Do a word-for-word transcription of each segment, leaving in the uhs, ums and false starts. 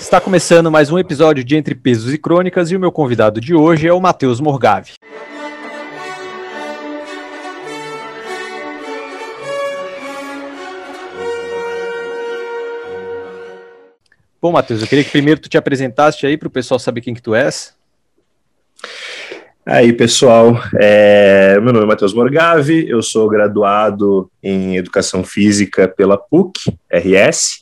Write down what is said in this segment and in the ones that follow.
Está começando mais um episódio de Entre Pesos e Crônicas e o meu convidado de hoje é o Matheus Morgave. Bom, Matheus, eu queria que primeiro tu te apresentasse aí para o pessoal saber quem que tu és. Aí, pessoal, é... meu nome é Matheus Morgave, eu sou graduado em Educação Física pela P U C, R S,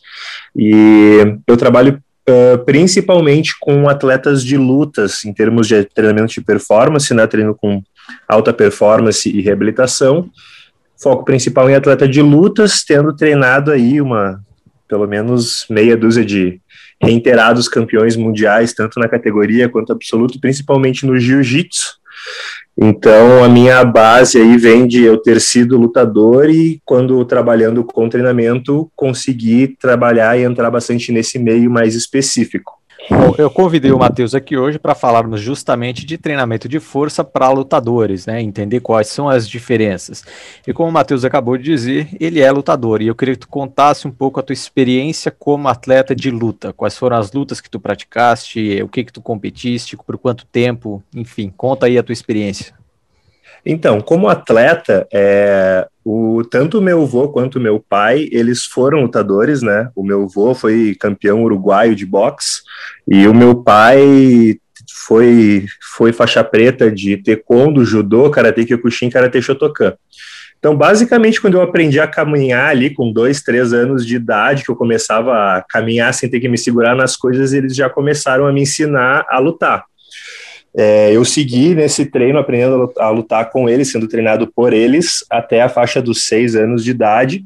e eu trabalho uh, principalmente com atletas de lutas, em termos de treinamento de performance, né, treino com alta performance e reabilitação, foco principal em atleta de lutas, tendo treinado aí uma, pelo menos meia dúzia de reiterados campeões mundiais, tanto na categoria quanto absoluto, principalmente no jiu-jitsu. Então, a minha base aí vem de eu ter sido lutador e, quando trabalhando com treinamento, consegui trabalhar e entrar bastante nesse meio mais específico. Bom, eu convidei o Matheus aqui hoje para falarmos justamente de treinamento de força para lutadores, né? Entender quais são as diferenças. E como o Matheus acabou de dizer, ele é lutador. E eu queria que tu contasse um pouco a tua experiência como atleta de luta. Quais foram as lutas que tu praticaste, o que que tu competiste, por quanto tempo, enfim, conta aí a tua experiência. Então, como atleta, é, o, tanto o meu avô quanto o meu pai, eles foram lutadores, né? O meu avô foi campeão uruguaio de boxe e o meu pai foi, foi faixa preta de taekwondo, judô, karatê kyokushin, karatê shotokan. Então, basicamente, quando eu aprendi a caminhar ali com dois, três anos de idade, que eu começava a caminhar sem ter que me segurar nas coisas, eles já começaram a me ensinar a lutar. É, eu segui nesse treino, aprendendo a lutar com eles, sendo treinado por eles, até a faixa dos seis anos de idade,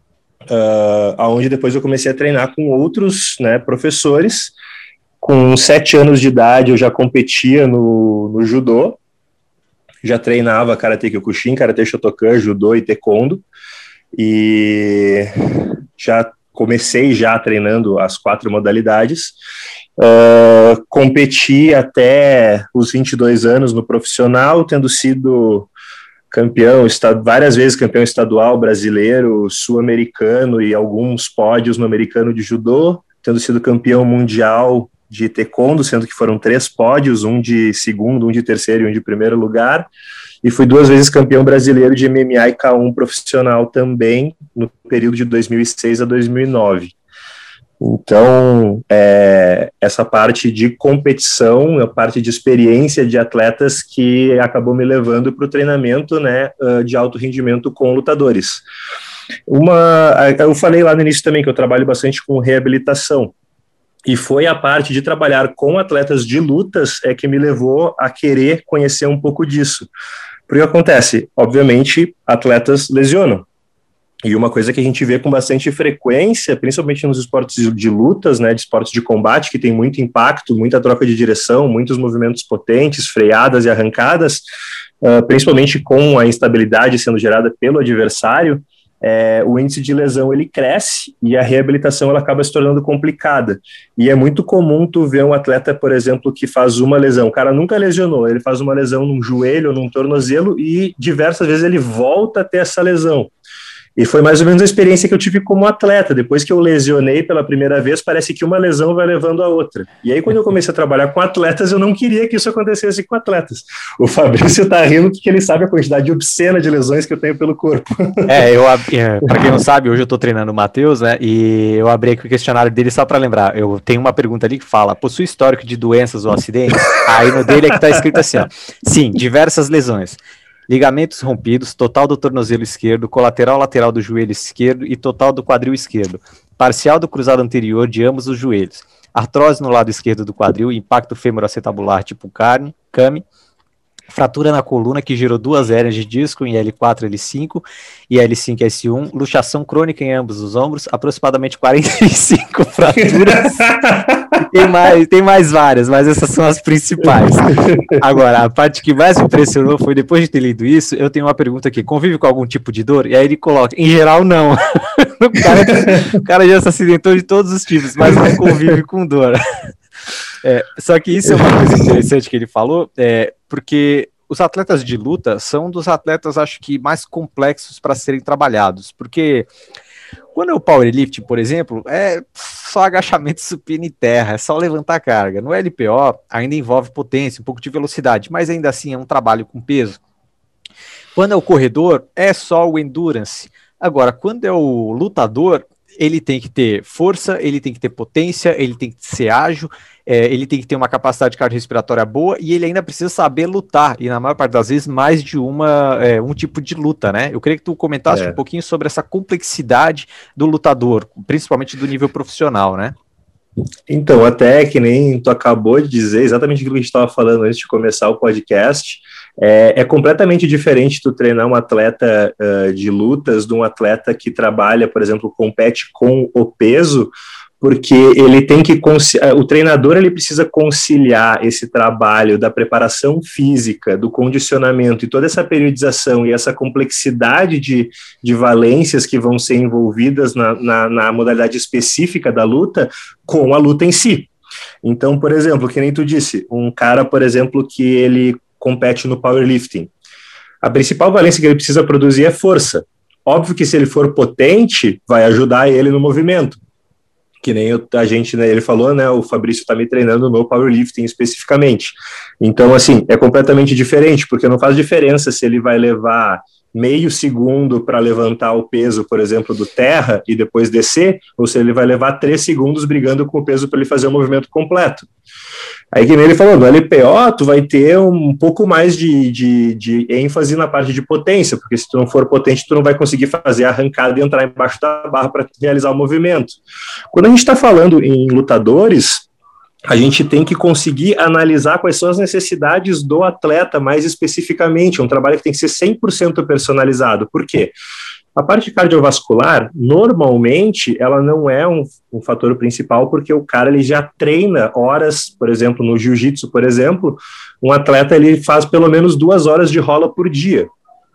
uh, onde depois eu comecei a treinar com outros, né, professores. Com sete anos de idade eu já competia no, no judô, já treinava karatê kyokushin, karatê shotokan, judô e taekwondo, e já comecei já treinando as quatro modalidades. Uh, competi até os vinte e dois anos no profissional, tendo sido campeão, várias vezes campeão estadual brasileiro, sul-americano e alguns pódios no americano de judô, tendo sido campeão mundial de taekwondo, sendo que foram três pódios, um de segundo, um de terceiro e um de primeiro lugar, e fui duas vezes campeão brasileiro de M M A e K um profissional também, no período de dois mil e seis a dois mil e nove. Então, é, essa parte de competição, a parte de experiência de atletas que acabou me levando para o treinamento, né, de alto rendimento com lutadores. Uma, eu falei lá no início também que eu trabalho bastante com reabilitação, e foi a parte de trabalhar com atletas de lutas é que me levou a querer conhecer um pouco disso. Porque acontece, obviamente, atletas lesionam. E uma coisa que a gente vê com bastante frequência, principalmente nos esportes de, de lutas, né, de esportes de combate, que tem muito impacto, muita troca de direção, muitos movimentos potentes, freadas e arrancadas, uh, principalmente com a instabilidade sendo gerada pelo adversário, é, o índice de lesão ele cresce e a reabilitação ela acaba se tornando complicada. E é muito comum tu ver um atleta, por exemplo, que faz uma lesão, o cara nunca lesionou, ele faz uma lesão num joelho ou num tornozelo e diversas vezes ele volta a ter essa lesão. E foi mais ou menos a experiência que eu tive como atleta. Depois que eu lesionei pela primeira vez, parece que uma lesão vai levando a outra. E aí, quando eu comecei a trabalhar com atletas, eu não queria que isso acontecesse com atletas. O Fabrício tá rindo porque ele sabe a quantidade obscena de lesões que eu tenho pelo corpo. É, eu, é, pra quem não sabe, hoje eu tô treinando o Matheus, né, e eu abri aqui o questionário dele só pra lembrar. Eu tenho uma pergunta ali que fala, possui histórico de doenças ou acidentes? Aí no dele é que tá escrito assim, ó. Sim, diversas lesões. Ligamentos rompidos, total do tornozelo esquerdo, colateral lateral do joelho esquerdo e total do quadril esquerdo, parcial do cruzado anterior de ambos os joelhos, artrose no lado esquerdo do quadril, impacto femoroacetabular tipo carne, C A M, fratura na coluna que gerou duas hérnias de disco em L quatro, L cinco e L cinco, S um, luxação crônica em ambos os ombros, aproximadamente quarenta e cinco fraturas. Tem mais, tem mais várias, mas essas são as principais. Agora, a parte que mais me impressionou foi, depois de ter lido isso, eu tenho uma pergunta aqui, convive com algum tipo de dor? E aí ele coloca, em geral não. o, cara, o cara já se acidentou de todos os tipos, mas não convive com dor. É, só que isso é uma coisa interessante que ele falou, é, porque os atletas de luta são dos atletas, acho que, mais complexos para serem trabalhados, porque quando é o powerlifting, por exemplo, é, só agachamento supino em terra, é só levantar carga. No L P O ainda envolve potência, um pouco de velocidade, mas ainda assim é um trabalho com peso. Quando é o corredor, é só o endurance. Agora, quando é o lutador, ele tem que ter força, ele tem que ter potência, ele tem que ser ágil, é, ele tem que ter uma capacidade cardiorrespiratória boa e ele ainda precisa saber lutar, e na maior parte das vezes mais de uma, é, um tipo de luta, né? Eu queria que tu comentasse é. um pouquinho sobre essa complexidade do lutador, principalmente do nível profissional, né? Então, até que nem tu acabou de dizer, exatamente aquilo que a gente estava falando antes de começar o podcast, é, é completamente diferente tu treinar um atleta uh, de lutas de um atleta que trabalha, por exemplo, compete com o peso, porque ele tem que, o treinador ele precisa conciliar esse trabalho da preparação física, do condicionamento e toda essa periodização e essa complexidade de, de valências que vão ser envolvidas na, na, na modalidade específica da luta com a luta em si. Então, por exemplo, que nem tu disse, um cara, por exemplo, que ele compete no powerlifting, a principal valência que ele precisa produzir é força. Óbvio que se ele for potente, vai ajudar ele no movimento. Que nem a gente, né, ele falou, né, o Fabrício está me treinando no powerlifting especificamente. Então, assim, é completamente diferente, porque não faz diferença se ele vai levar meio segundo para levantar o peso, por exemplo, do terra e depois descer, ou se ele vai levar três segundos brigando com o peso para ele fazer o movimento completo. Aí que nem ele falou, no L P O tu vai ter um pouco mais de, de, de ênfase na parte de potência, porque se tu não for potente, tu não vai conseguir fazer a arrancada e entrar embaixo da barra para realizar o movimento. Quando a gente está falando em lutadores, a gente tem que conseguir analisar quais são as necessidades do atleta mais especificamente, é um trabalho que tem que ser cem por cento personalizado. Por quê? A parte cardiovascular, normalmente, ela não é um, um fator principal, porque o cara ele já treina horas, por exemplo, no jiu-jitsu, por exemplo, um atleta ele faz pelo menos duas horas de rola por dia.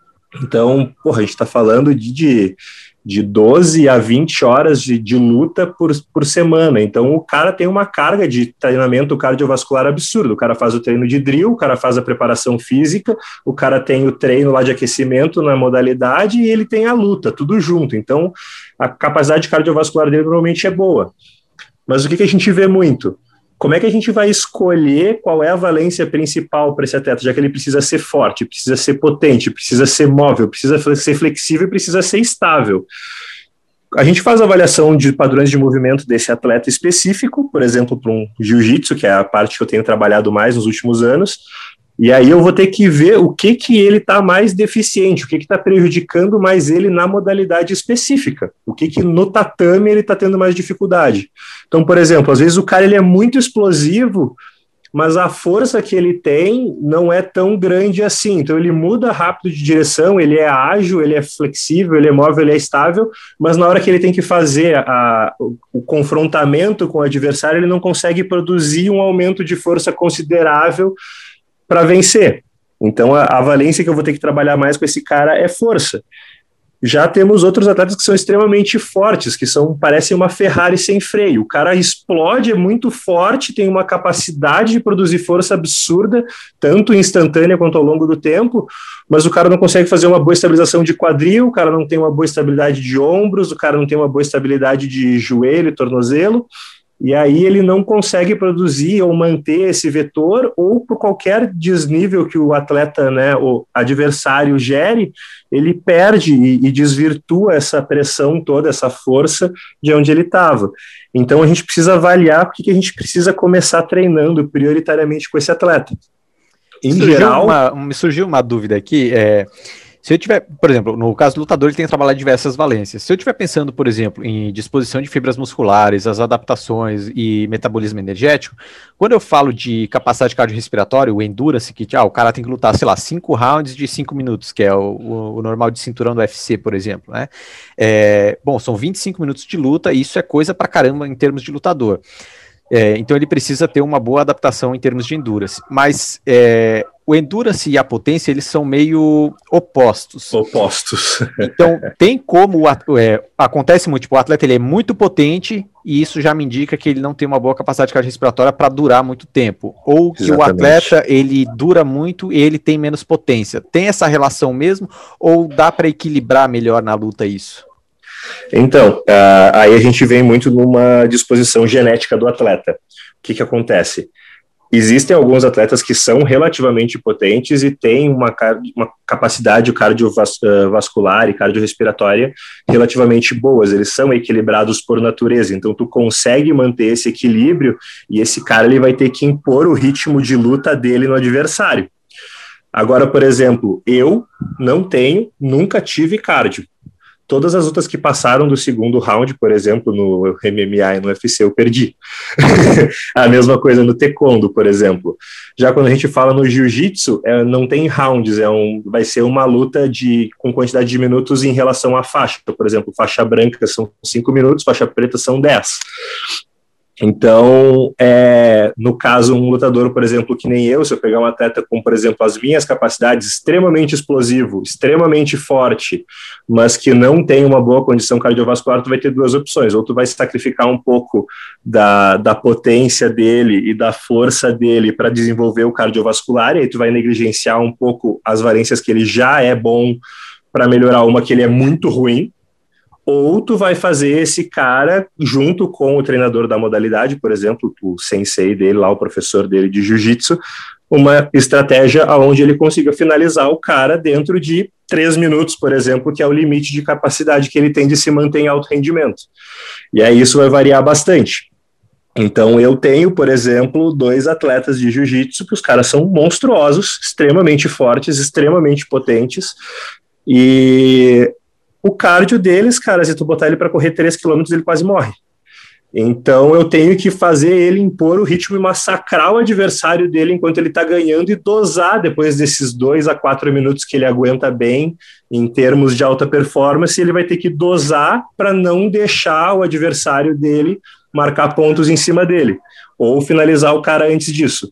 Então, porra, a gente está falando de, de, de doze a vinte horas de, de luta por, por semana. Então, o cara tem uma carga de treinamento cardiovascular absurda. O cara faz o treino de drill, o cara faz a preparação física, o cara tem o treino lá de aquecimento na modalidade e ele tem a luta, tudo junto. Então, a capacidade cardiovascular dele normalmente é boa. Mas o que, que a gente vê muito? Como é que a gente vai escolher qual é a valência principal para esse atleta, já que ele precisa ser forte, precisa ser potente, precisa ser móvel, precisa ser flexível e precisa ser estável? A gente faz a avaliação de padrões de movimento desse atleta específico, por exemplo, para um jiu-jitsu, que é a parte que eu tenho trabalhado mais nos últimos anos, e aí eu vou ter que ver o que, que ele está mais deficiente, o que está prejudicando mais ele na modalidade específica, o que, que no tatame ele está tendo mais dificuldade. Então, por exemplo, às vezes o cara ele é muito explosivo, mas a força que ele tem não é tão grande assim, então ele muda rápido de direção, ele é ágil, ele é flexível, ele é móvel, ele é estável, mas na hora que ele tem que fazer a, o, o confrontamento com o adversário, ele não consegue produzir um aumento de força considerável para vencer. Então a, a valência que eu vou ter que trabalhar mais com esse cara é força. Já temos outros atletas que são extremamente fortes, que são, parecem uma Ferrari sem freio. O cara explode, é muito forte, tem uma capacidade de produzir força absurda, tanto instantânea quanto ao longo do tempo, mas o cara não consegue fazer uma boa estabilização de quadril, o cara não tem uma boa estabilidade de ombros, o cara não tem uma boa estabilidade de joelho e tornozelo, e aí ele não consegue produzir ou manter esse vetor, ou por qualquer desnível que o atleta, né, o adversário gere, ele perde e, e desvirtua essa pressão toda, essa força de onde ele estava. Então a gente precisa avaliar o que, que a gente precisa começar treinando prioritariamente com esse atleta. Em surgiu geral... Uma, me surgiu uma dúvida aqui, é... Se eu tiver, por exemplo, no caso do lutador, ele tem que trabalhar diversas valências. Se eu estiver pensando, por exemplo, em disposição de fibras musculares, as adaptações e metabolismo energético, quando eu falo de capacidade cardiorrespiratória, o endurance, que ah, o cara tem que lutar, sei lá, cinco rounds de cinco minutos, que é o, o, o normal de cinturão do U F C, por exemplo, né? É, bom, são vinte e cinco minutos de luta e isso é coisa pra caramba em termos de lutador. É, então ele precisa ter uma boa adaptação em termos de endurance. Mas é, o endurance e a potência, eles são meio opostos. Opostos. Então tem como, é, acontece muito, tipo, o atleta ele é muito potente e isso já me indica que ele não tem uma boa capacidade cardiorrespiratória para durar muito tempo. Ou que Exatamente. O atleta ele dura muito e ele tem menos potência. Tem essa relação mesmo ou dá para equilibrar melhor na luta isso? Então, uh, aí a gente vem muito numa disposição genética do atleta. O que que acontece? Existem alguns atletas que são relativamente potentes e têm uma, uma capacidade cardiovascular e cardiorrespiratória relativamente boas, eles são equilibrados por natureza, então tu consegue manter esse equilíbrio e esse cara ele vai ter que impor o ritmo de luta dele no adversário. Agora, por exemplo, eu não tenho, nunca tive cardio. Todas as lutas que passaram do segundo round, por exemplo, no M M A e no U F C, eu perdi. A mesma coisa no taekwondo, por exemplo. Já quando a gente fala no jiu-jitsu, é, não tem rounds, é um, vai ser uma luta de, com quantidade de minutos em relação à faixa. Por exemplo, faixa branca são cinco minutos, faixa preta são dez. Então, é, no caso, um lutador, por exemplo, que nem eu, se eu pegar um atleta com, por exemplo, as minhas capacidades, extremamente explosivo, extremamente forte, mas que não tem uma boa condição cardiovascular, tu vai ter duas opções, ou tu vai sacrificar um pouco da, da potência dele e da força dele para desenvolver o cardiovascular, e aí tu vai negligenciar um pouco as valências que ele já é bom para melhorar uma que ele é muito ruim, ou tu vai fazer esse cara, junto com o treinador da modalidade, por exemplo, o sensei dele lá, o professor dele de jiu-jitsu, uma estratégia onde ele consiga finalizar o cara dentro de três minutos, por exemplo, que é o limite de capacidade que ele tem de se manter em alto rendimento. E aí isso vai variar bastante. Então eu tenho, por exemplo, dois atletas de jiu-jitsu que os caras são monstruosos, extremamente fortes, extremamente potentes, e o cardio deles, cara, se tu botar ele para correr três quilômetros, ele quase morre. Então eu tenho que fazer ele impor o ritmo e massacrar o adversário dele enquanto ele está ganhando e dosar depois desses dois a quatro minutos que ele aguenta bem em termos de alta performance, ele vai ter que dosar para não deixar o adversário dele marcar pontos em cima dele, ou finalizar o cara antes disso.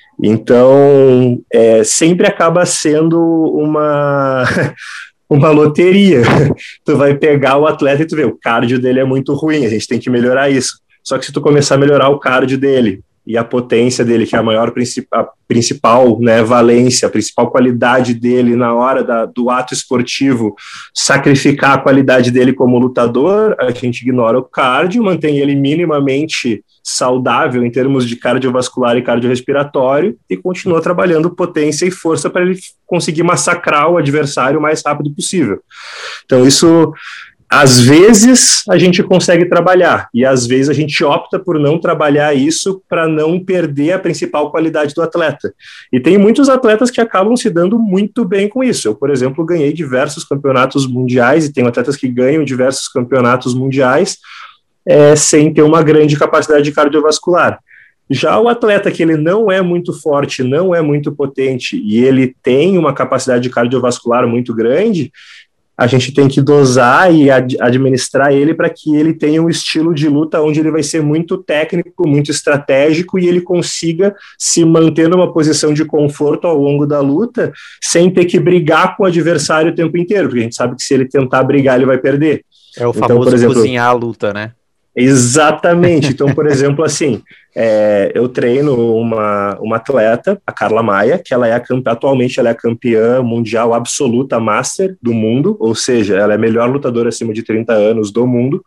Então, é, sempre acaba sendo uma... uma loteria. Tu vai pegar o atleta e tu vê, o cardio dele é muito ruim, a gente tem que melhorar isso. Só que se tu começar a melhorar o cardio dele e a potência dele, que é a maior a principal, né, valência, a principal qualidade dele na hora da, do ato esportivo, sacrificar a qualidade dele como lutador, a gente ignora o cardio, mantém ele minimamente saudável em termos de cardiovascular e cardiorrespiratório e continua trabalhando potência e força para ele conseguir massacrar o adversário o mais rápido possível. Então isso, às vezes a gente consegue trabalhar e às vezes a gente opta por não trabalhar isso para não perder a principal qualidade do atleta. E tem muitos atletas que acabam se dando muito bem com isso. Eu, por exemplo, ganhei diversos campeonatos mundiais e tenho atletas que ganham diversos campeonatos mundiais É, sem ter uma grande capacidade cardiovascular. Já o atleta que ele não é muito forte, não é muito potente e ele tem uma capacidade cardiovascular muito grande, a gente tem que dosar e ad- administrar ele para que ele tenha um estilo de luta onde ele vai ser muito técnico, muito estratégico e ele consiga se manter numa posição de conforto ao longo da luta sem ter que brigar com o adversário o tempo inteiro, porque a gente sabe que se ele tentar brigar, ele vai perder. É o Então, famoso por exemplo, cozinhar a luta, né? Exatamente. Então, por exemplo, assim, é, eu treino uma, uma atleta, a Carla Maia, que ela é a, atualmente ela é a campeã mundial absoluta master do mundo, ou seja, ela é a melhor lutadora acima de trinta anos do mundo,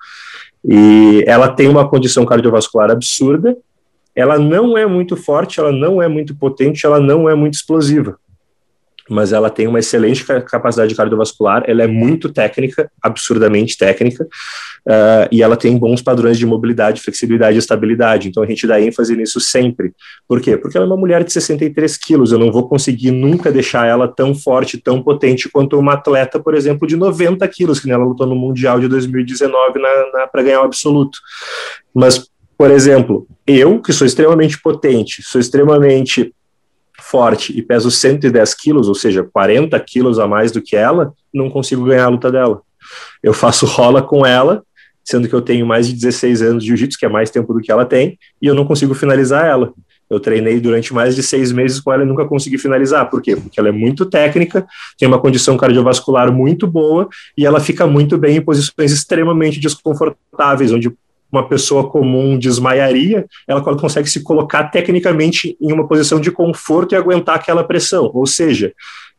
e ela tem uma condição cardiovascular absurda, ela não é muito forte, ela não é muito potente, ela não é muito explosiva, mas ela tem uma excelente capacidade cardiovascular, ela é muito técnica, absurdamente técnica, uh, e ela tem bons padrões de mobilidade, flexibilidade e estabilidade, então a gente dá ênfase nisso sempre. Por quê? Porque ela é uma mulher de sessenta e três quilos, eu não vou conseguir nunca deixar ela tão forte, tão potente quanto uma atleta, por exemplo, de noventa quilos, que ela lutou no Mundial de dois mil e dezenove para ganhar o absoluto. Mas, por exemplo, eu, que sou extremamente potente, sou extremamente forte e peso cento e dez quilos, ou seja, quarenta quilos a mais do que ela, não consigo ganhar a luta dela. Eu faço rola com ela, sendo que eu tenho mais de dezesseis anos de jiu-jitsu, que é mais tempo do que ela tem, e eu não consigo finalizar ela. Eu treinei durante mais de seis meses com ela e nunca consegui finalizar. Por quê? Porque ela é muito técnica, tem uma condição cardiovascular muito boa e ela fica muito bem em posições extremamente desconfortáveis, onde uma pessoa comum desmaiaria, ela consegue se colocar tecnicamente em uma posição de conforto e aguentar aquela pressão. Ou seja,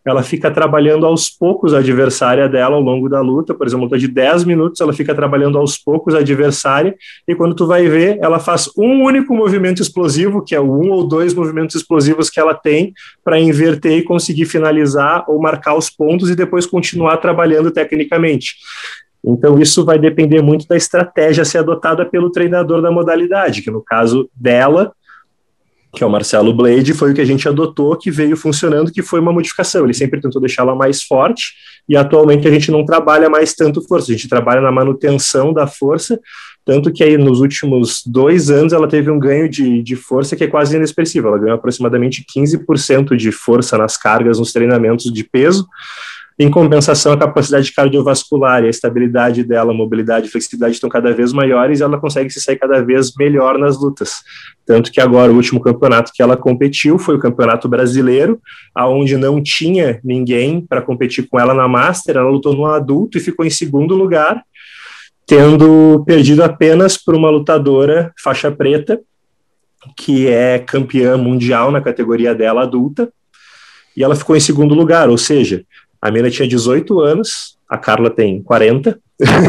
ela fica trabalhando aos poucos a adversária dela ao longo da luta, por exemplo, luta de dez minutos, ela fica trabalhando aos poucos a adversária, e quando tu vai ver, ela faz um único movimento explosivo, que é o um ou dois movimentos explosivos que ela tem, para inverter e conseguir finalizar ou marcar os pontos e depois continuar trabalhando tecnicamente. Então, isso vai depender muito da estratégia a ser adotada pelo treinador da modalidade, que no caso dela, que é o Marcelo Blade, foi o que a gente adotou, que veio funcionando, que foi uma modificação. Ele sempre tentou deixá-la mais forte, e atualmente a gente não trabalha mais tanto força, a gente trabalha na manutenção da força, tanto que aí nos últimos dois anos ela teve um ganho de, de força que é quase inexpressivo, ela ganhou aproximadamente quinze por cento de força nas cargas, nos treinamentos de peso. Em compensação, a capacidade cardiovascular e a estabilidade dela, a mobilidade e flexibilidade estão cada vez maiores, e ela consegue se sair cada vez melhor nas lutas. Tanto que agora o último campeonato que ela competiu foi o Campeonato Brasileiro, aonde não tinha ninguém para competir com ela na Master, ela lutou no adulto e ficou em segundo lugar, tendo perdido apenas por uma lutadora faixa preta, que é campeã mundial na categoria dela adulta, e ela ficou em segundo lugar, ou seja, a mina tinha dezoito anos, a Carla tem quarenta,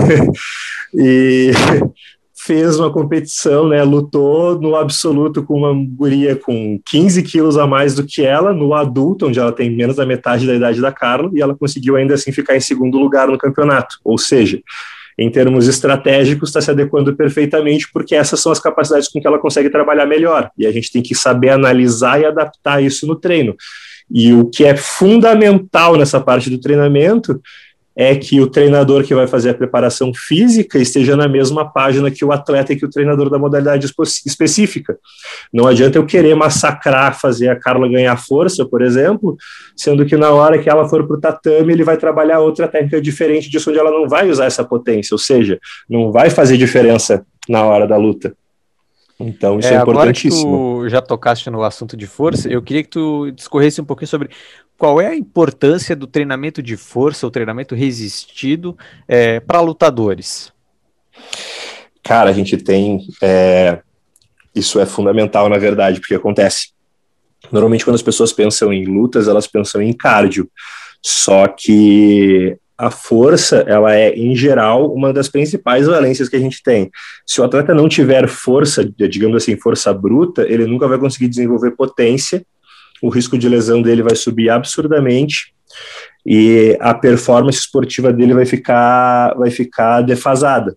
e fez uma competição, né, lutou no absoluto com uma guria com quinze quilos a mais do que ela, no adulto, onde ela tem menos da metade da idade da Carla, e ela conseguiu ainda assim ficar em segundo lugar no campeonato, ou seja, em termos estratégicos, está se adequando perfeitamente, porque essas são as capacidades com que ela consegue trabalhar melhor, e a gente tem que saber analisar e adaptar isso no treino. E o que é fundamental nessa parte do treinamento é que o treinador que vai fazer a preparação física esteja na mesma página que o atleta e que o treinador da modalidade específica. Não adianta eu querer massacrar, fazer a Carla ganhar força, por exemplo, sendo que na hora que ela for para o tatame, ele vai trabalhar outra técnica diferente disso, onde ela não vai usar essa potência, ou seja, não vai fazer diferença na hora da luta. Então isso é, é importantíssimo. Agora que tu já tocaste no assunto de força, eu queria que tu discorresse um pouquinho sobre qual é a importância do treinamento de força, o treinamento resistido, é, para lutadores. Cara, a gente tem... É, isso é fundamental, na verdade, porque acontece. Normalmente, quando as pessoas pensam em lutas, elas pensam em cardio. Só que a força, ela é, em geral, uma das principais valências que a gente tem. Se o atleta não tiver força, digamos assim, força bruta, ele nunca vai conseguir desenvolver potência, o risco de lesão dele vai subir absurdamente e a performance esportiva dele vai ficar, vai ficar defasada.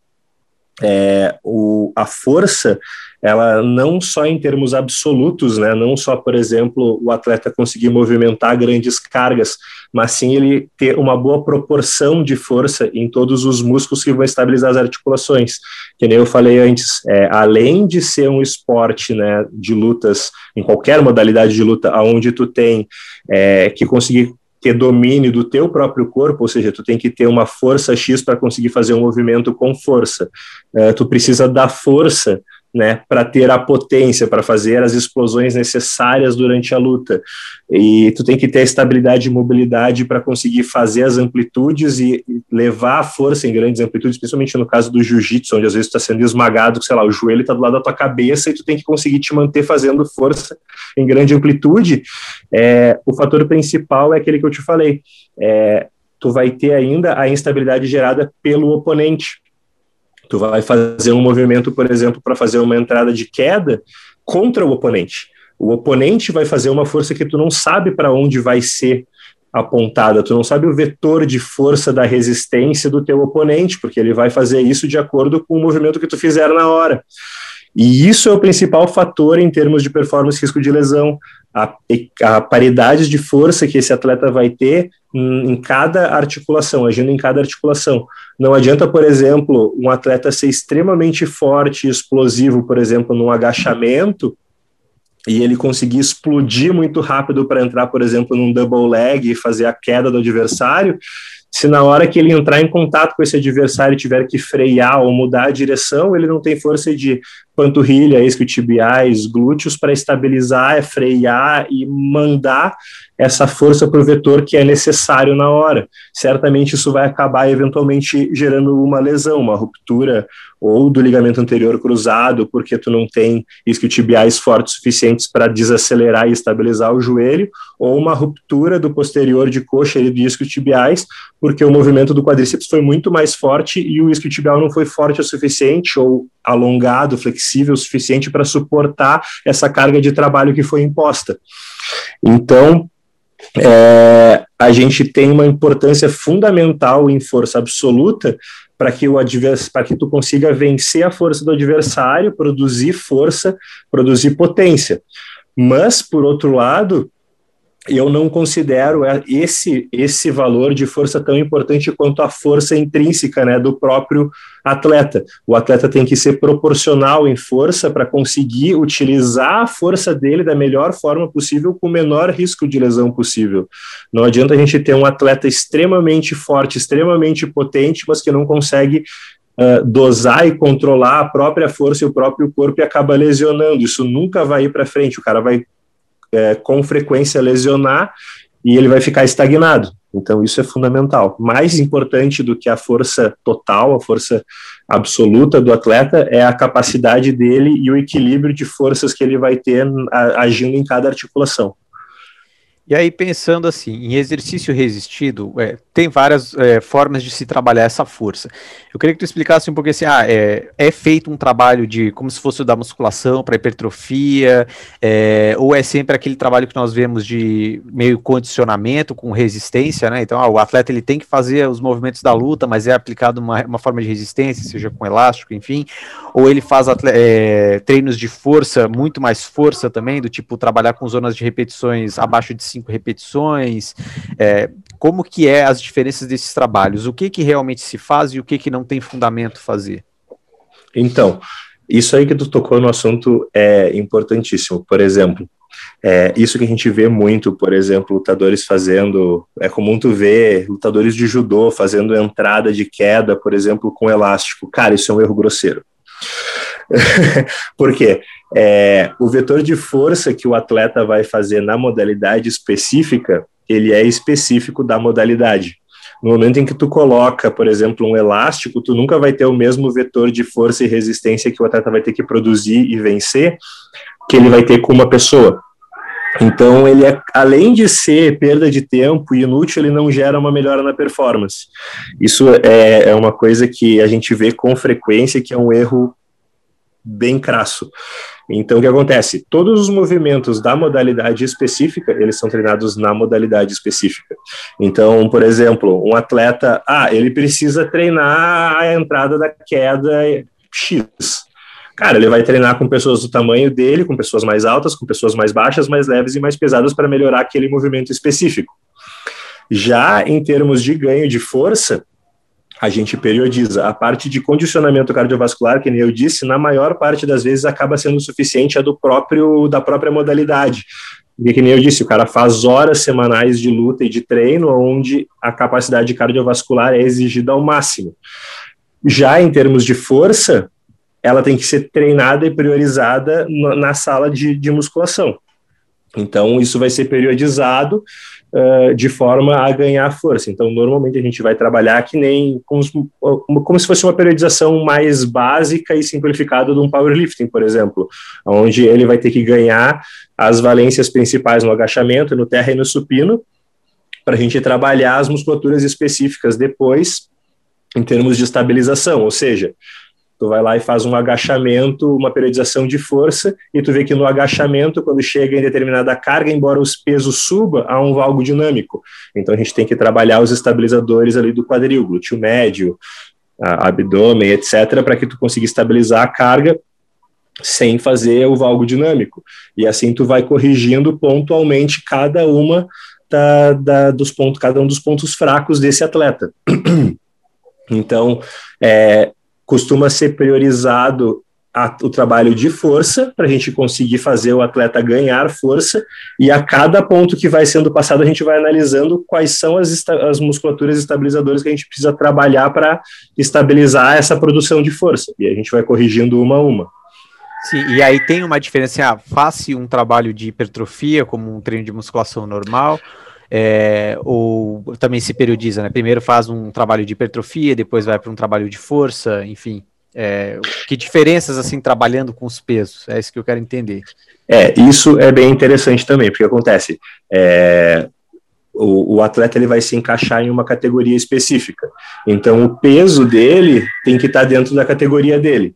É, o, a força, ela não só em termos absolutos, né, não só, por exemplo, o atleta conseguir movimentar grandes cargas, mas sim ele ter uma boa proporção de força em todos os músculos que vão estabilizar as articulações. Que nem eu falei antes, é, além de ser um esporte, né, de lutas, em qualquer modalidade de luta, onde tu tem é, que conseguir ter domínio do teu próprio corpo, ou seja, tu tem que ter uma força X para conseguir fazer um movimento com força. É, tu precisa da força, né, para ter a potência, para fazer as explosões necessárias durante a luta. E tu tem que ter a estabilidade e mobilidade para conseguir fazer as amplitudes e levar a força em grandes amplitudes, principalmente no caso do jiu-jitsu, onde às vezes tu está sendo esmagado, sei lá, o joelho está do lado da tua cabeça e tu tem que conseguir te manter fazendo força em grande amplitude. É, o fator principal é aquele que eu te falei, é, tu vai ter ainda a instabilidade gerada pelo oponente. Tu vai fazer um movimento, por exemplo, para fazer uma entrada de queda contra o oponente. O oponente vai fazer uma força que tu não sabe para onde vai ser apontada, tu não sabe o vetor de força da resistência do teu oponente, porque ele vai fazer isso de acordo com o movimento que tu fizer na hora. E isso é o principal fator em termos de performance e risco de lesão, a, a paridade de força que esse atleta vai ter em, em cada articulação, agindo em cada articulação. Não adianta, por exemplo, um atleta ser extremamente forte e explosivo, por exemplo, num agachamento, e ele conseguir explodir muito rápido para entrar, por exemplo, num double leg e fazer a queda do adversário, se na hora que ele entrar em contato com esse adversário tiver que frear ou mudar a direção, ele não tem força de panturrilha, isquiotibiais, glúteos, para estabilizar, frear e mandar essa força para o vetor que é necessário na hora. Certamente isso vai acabar eventualmente gerando uma lesão, uma ruptura ou do ligamento anterior cruzado, porque tu não tem isquiotibiais fortes suficientes para desacelerar e estabilizar o joelho, ou uma ruptura do posterior de coxa e de isquiotibiais, porque o movimento do quadríceps foi muito mais forte e o isquiotibial não foi forte o suficiente ou alongado, flexível o suficiente para suportar essa carga de trabalho que foi imposta. Então, É, a gente tem uma importância fundamental em força absoluta para que o advers, para que tu consiga vencer a força do adversário, produzir força, produzir potência. Mas, por outro lado, eu não considero esse, esse valor de força tão importante quanto a força intrínseca, né, do próprio atleta. O atleta tem que ser proporcional em força para conseguir utilizar a força dele da melhor forma possível, com o menor risco de lesão possível. Não adianta a gente ter um atleta extremamente forte, extremamente potente, mas que não consegue Uh, dosar e controlar a própria força e o próprio corpo e acaba lesionando. Isso nunca vai ir para frente. O cara vai É, com frequência lesionar e ele vai ficar estagnado. Então isso é fundamental. Mais importante do que a força total, a força absoluta do atleta, é a capacidade dele e o equilíbrio de forças que ele vai ter a, agindo em cada articulação. E aí, pensando assim, em exercício resistido, é, tem várias é, formas de se trabalhar essa força. Eu queria que tu explicasse um pouquinho assim, ah, é, é feito um trabalho de, como se fosse o da musculação para hipertrofia, é, ou é sempre aquele trabalho que nós vemos de meio condicionamento com resistência, né? Então, ah, o atleta ele tem que fazer os movimentos da luta, mas é aplicado uma, uma forma de resistência, seja com elástico, enfim, ou ele faz atle- é, treinos de força, muito mais força também, do tipo trabalhar com zonas de repetições abaixo de cinco repetições, é, como que é as diferenças desses trabalhos, o que que realmente se faz e o que que não tem fundamento fazer? Então, isso aí que tu tocou no assunto é importantíssimo. Por exemplo, é, isso que a gente vê muito, por exemplo, lutadores fazendo, é comum tu ver lutadores de judô fazendo entrada de queda, por exemplo, com elástico. Cara, isso é um erro grosseiro. Por quê? É, o vetor de força que o atleta vai fazer na modalidade específica, ele é específico da modalidade. No momento em que tu coloca, por exemplo, um elástico, tu nunca vai ter o mesmo vetor de força e resistência que o atleta vai ter que produzir e vencer, que ele vai ter com uma pessoa. Então, ele é, além de ser perda de tempo e inútil, ele não gera uma melhora na performance. Isso é, é uma coisa que a gente vê com frequência, que é um erro bem crasso. Então, o que acontece? Todos os movimentos da modalidade específica, eles são treinados na modalidade específica. Então, por exemplo, um atleta, ah, ele precisa treinar a entrada da queda X. Cara, ele vai treinar com pessoas do tamanho dele, com pessoas mais altas, com pessoas mais baixas, mais leves e mais pesadas para melhorar aquele movimento específico. Já em termos de ganho de força, a gente periodiza. A parte de condicionamento cardiovascular, que nem eu disse, na maior parte das vezes acaba sendo suficiente a do próprio, da própria modalidade. E que nem eu disse, o cara faz horas semanais de luta e de treino, onde a capacidade cardiovascular é exigida ao máximo. Já em termos de força, ela tem que ser treinada e priorizada na sala de, de musculação. Então, isso vai ser periodizado uh, de forma a ganhar força. Então, normalmente a gente vai trabalhar que nem como, como se fosse uma periodização mais básica e simplificada de um powerlifting, por exemplo, onde ele vai ter que ganhar as valências principais no agachamento, no terra e no supino, para a gente trabalhar as musculaturas específicas depois, em termos de estabilização, ou seja, tu vai lá e faz um agachamento, uma periodização de força, e tu vê que no agachamento, quando chega em determinada carga, embora os pesos suba, há um valgo dinâmico. Então a gente tem que trabalhar os estabilizadores ali do quadril, glúteo médio, abdômen, etcétera, para que tu consiga estabilizar a carga sem fazer o valgo dinâmico. E assim tu vai corrigindo pontualmente cada uma da, da, dos pontos, cada um dos pontos fracos desse atleta. Então, é, costuma ser priorizado a, o trabalho de força, para a gente conseguir fazer o atleta ganhar força, e a cada ponto que vai sendo passado, a gente vai analisando quais são as, as musculaturas estabilizadoras que a gente precisa trabalhar para estabilizar essa produção de força, e a gente vai corrigindo uma a uma. Sim, e aí tem uma diferença, assim, ah, faça um trabalho de hipertrofia, como um treino de musculação normal, é, ou também se periodiza, né? Primeiro faz um trabalho de hipertrofia, depois vai para um trabalho de força, enfim. É, que diferenças, assim, trabalhando com os pesos? É isso que eu quero entender. É, isso é bem interessante também, porque acontece, é, o, o atleta ele vai se encaixar em uma categoria específica, então o peso dele tem que estar dentro da categoria dele.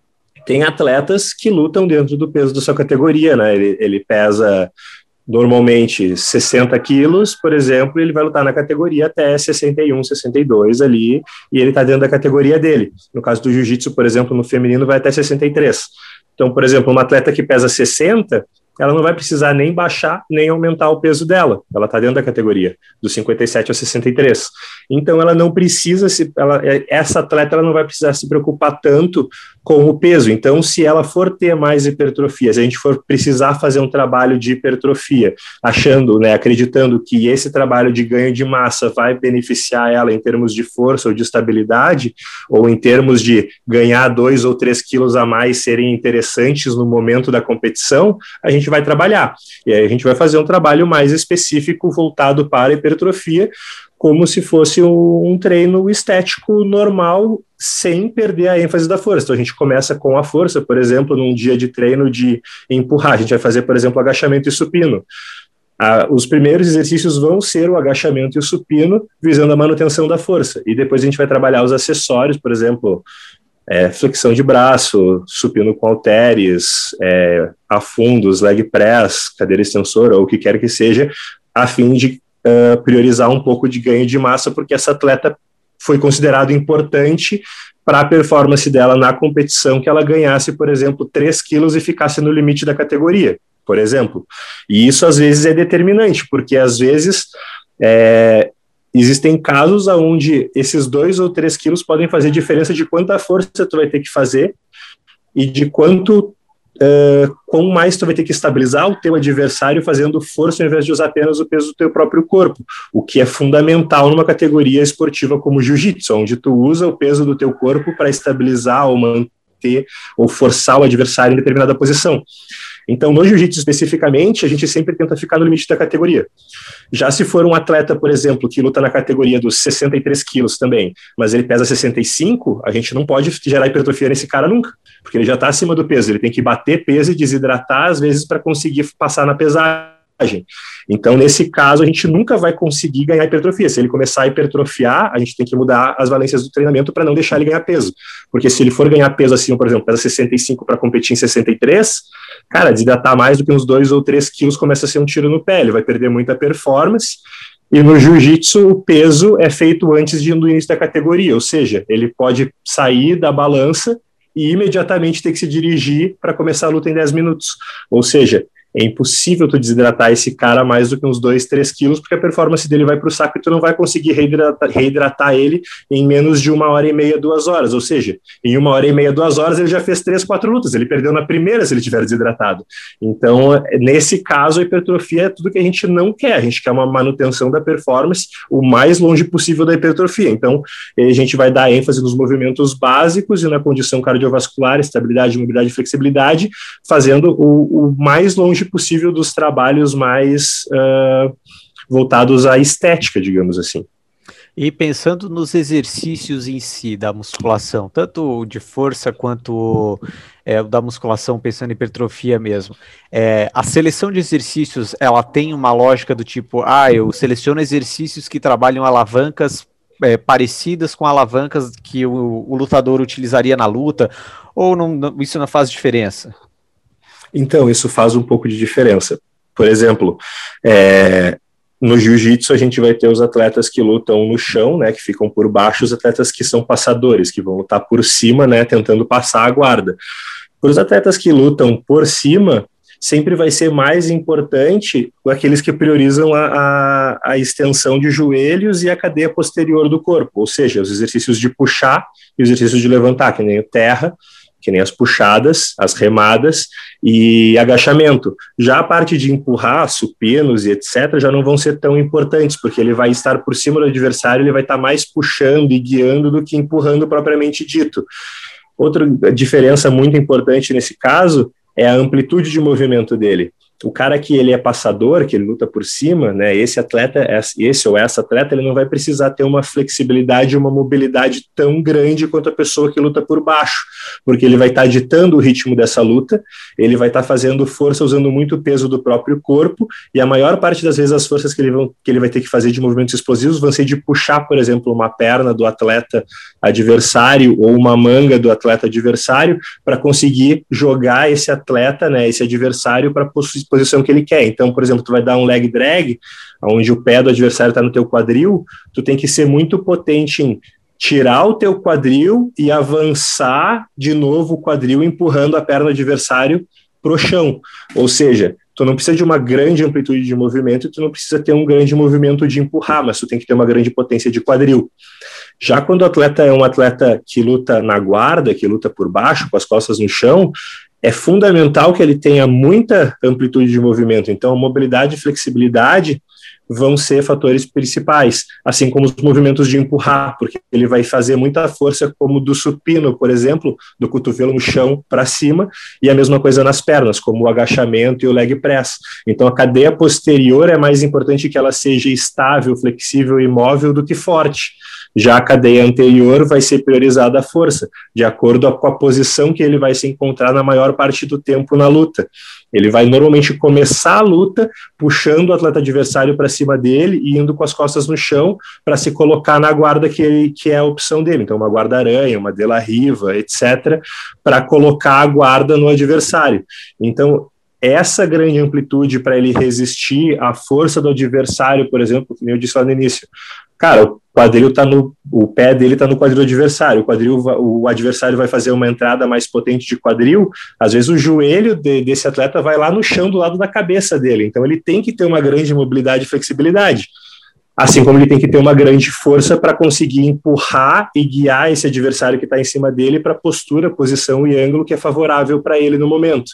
Tem atletas que lutam dentro do peso da sua categoria, né? Ele, ele pesa normalmente sessenta quilos, por exemplo, ele vai lutar na categoria até sessenta e um, sessenta e dois ali, e ele está dentro da categoria dele. No caso do jiu-jitsu, por exemplo, no feminino vai até sessenta e três. Então, por exemplo, uma atleta que pesa sessenta, ela não vai precisar nem baixar, nem aumentar o peso dela. Ela está dentro da categoria, dos cinquenta e sete a sessenta e três. Então, ela não precisa, se, ela, essa atleta ela não vai precisar se preocupar tanto com o peso. Então, se ela for ter mais hipertrofia, se a gente for precisar fazer um trabalho de hipertrofia, achando, né, acreditando que esse trabalho de ganho de massa vai beneficiar ela em termos de força ou de estabilidade, ou em termos de ganhar dois ou três quilos a mais serem interessantes no momento da competição, a gente vai trabalhar. E aí a gente vai fazer um trabalho mais específico voltado para a hipertrofia, como se fosse um, um treino estético normal, sem perder a ênfase da força. Então a gente começa com a força, por exemplo, num dia de treino de empurrar, a gente vai fazer, por exemplo, agachamento e supino. Ah, os primeiros exercícios vão ser o agachamento e o supino, visando a manutenção da força, e depois a gente vai trabalhar os acessórios, por exemplo, É, flexão de braço, supino com halteres, é, afundos, leg press, cadeira extensora, ou o que quer que seja, a fim de uh, priorizar um pouco de ganho de massa, porque essa atleta foi considerado importante para a performance dela na competição, que ela ganhasse, por exemplo, três quilos e ficasse no limite da categoria, por exemplo. E isso, às vezes, é determinante, porque, às vezes, é, existem casos onde esses dois ou três quilos podem fazer diferença de quanta força tu vai ter que fazer e de quanto, uh, quão mais tu vai ter que estabilizar o teu adversário fazendo força ao invés de usar apenas o peso do teu próprio corpo, o que é fundamental numa categoria esportiva como jiu-jitsu, onde tu usa o peso do teu corpo para estabilizar ou manter ou forçar o adversário em determinada posição. Então, no jiu-jitsu especificamente, a gente sempre tenta ficar no limite da categoria. Já se for um atleta, por exemplo, que luta na categoria dos sessenta e três quilos também, mas ele pesa sessenta e cinco, a gente não pode gerar hipertrofia nesse cara nunca, porque ele já está acima do peso, ele tem que bater peso e desidratar, às vezes, para conseguir passar na pesagem. Então, nesse caso, a gente nunca vai conseguir ganhar hipertrofia. Se ele começar a hipertrofiar, a gente tem que mudar as valências do treinamento para não deixar ele ganhar peso. Porque se ele for ganhar peso assim, por exemplo, pesa sessenta e cinco para competir em sessenta e três, cara, desidratar mais do que uns dois ou três quilos começa a ser um tiro no pé, ele vai perder muita performance. E no jiu-jitsu, o peso é feito antes de, do início da categoria, ou seja, ele pode sair da balança e imediatamente ter que se dirigir para começar a luta em dez minutos. Ou seja, é impossível tu desidratar esse cara mais do que uns dois, três quilos, porque a performance dele vai para o saco e tu não vai conseguir reidratar, reidratar ele em menos de uma hora e meia, duas horas. Ou seja, em uma hora e meia, duas horas, ele já fez três, quatro lutas. Ele perdeu na primeira se ele tiver desidratado. Então, nesse caso, a hipertrofia é tudo que a gente não quer. A gente quer uma manutenção da performance o mais longe possível da hipertrofia. Então, a gente vai dar ênfase nos movimentos básicos e na condição cardiovascular, estabilidade, mobilidade e flexibilidade, fazendo o, o mais longe possível dos trabalhos mais uh, voltados à estética, digamos assim. E pensando nos exercícios em si da musculação, tanto de força quanto é, da musculação, pensando em hipertrofia mesmo, é, a seleção de exercícios, ela tem uma lógica do tipo, ah, eu seleciono exercícios que trabalham alavancas é, parecidas com alavancas que o, o lutador utilizaria na luta, ou não, não, isso não faz diferença? Então, isso faz um pouco de diferença. Por exemplo, é, no jiu-jitsu a gente vai ter os atletas que lutam no chão, né, que ficam por baixo, os atletas que são passadores, que vão lutar por cima, né, tentando passar a guarda. Para os atletas que lutam por cima, sempre vai ser mais importante aqueles que priorizam a, a, a extensão de joelhos e a cadeia posterior do corpo, ou seja, os exercícios de puxar e os exercícios de levantar, que nem o terra, que nem as puxadas, as remadas e agachamento. Já a parte de empurrar, supinos e etcétera já não vão ser tão importantes, porque ele vai estar por cima do adversário, ele vai estar mais puxando e guiando do que empurrando propriamente dito. Outra diferença muito importante nesse caso é a amplitude de movimento dele. O cara que ele é passador, que ele luta por cima, né, esse atleta, esse ou essa atleta, ele não vai precisar ter uma flexibilidade e uma mobilidade tão grande quanto a pessoa que luta por baixo, porque ele vai estar ditando o ritmo dessa luta, ele vai estar fazendo força usando muito peso do próprio corpo, e a maior parte das vezes as forças que ele, vão, que ele vai ter que fazer de movimentos explosivos vão ser de puxar, por exemplo, uma perna do atleta adversário ou uma manga do atleta adversário para conseguir jogar esse atleta, né, esse adversário para posição que ele quer. Então, por exemplo, tu vai dar um leg drag, onde o pé do adversário está no teu quadril, tu tem que ser muito potente em tirar o teu quadril e avançar de novo o quadril, empurrando a perna do adversário pro chão. Ou seja, tu não precisa de uma grande amplitude de movimento, tu não precisa ter um grande movimento de empurrar, mas tu tem que ter uma grande potência de quadril. Já quando o atleta é um atleta que luta na guarda, que luta por baixo, com as costas no chão, é fundamental que ele tenha muita amplitude de movimento. Então, mobilidade e flexibilidade vão ser fatores principais, assim como os movimentos de empurrar, porque ele vai fazer muita força, como do supino, por exemplo, do cotovelo no chão para cima, e a mesma coisa nas pernas, como o agachamento e o leg press. Então, a cadeia posterior é mais importante que ela seja estável, flexível e móvel do que forte. Já a cadeia anterior vai ser priorizada a força, de acordo com a posição que ele vai se encontrar na maior parte do tempo na luta. Ele vai normalmente começar a luta puxando o atleta adversário para cima dele e indo com as costas no chão para se colocar na guarda que, ele, que é a opção dele. Então, uma guarda-aranha, uma de la riva, etcétera, para colocar a guarda no adversário. Então, essa grande amplitude para ele resistir à força do adversário, por exemplo, como eu disse lá no início, cara, o quadril tá no, o pé dele está no quadril adversário, o quadril, o adversário vai fazer uma entrada mais potente de quadril, às vezes o joelho de, desse atleta vai lá no chão do lado da cabeça dele, então ele tem que ter uma grande mobilidade e flexibilidade, assim como ele tem que ter uma grande força para conseguir empurrar e guiar esse adversário que está em cima dele para a postura, posição e ângulo que é favorável para ele no momento.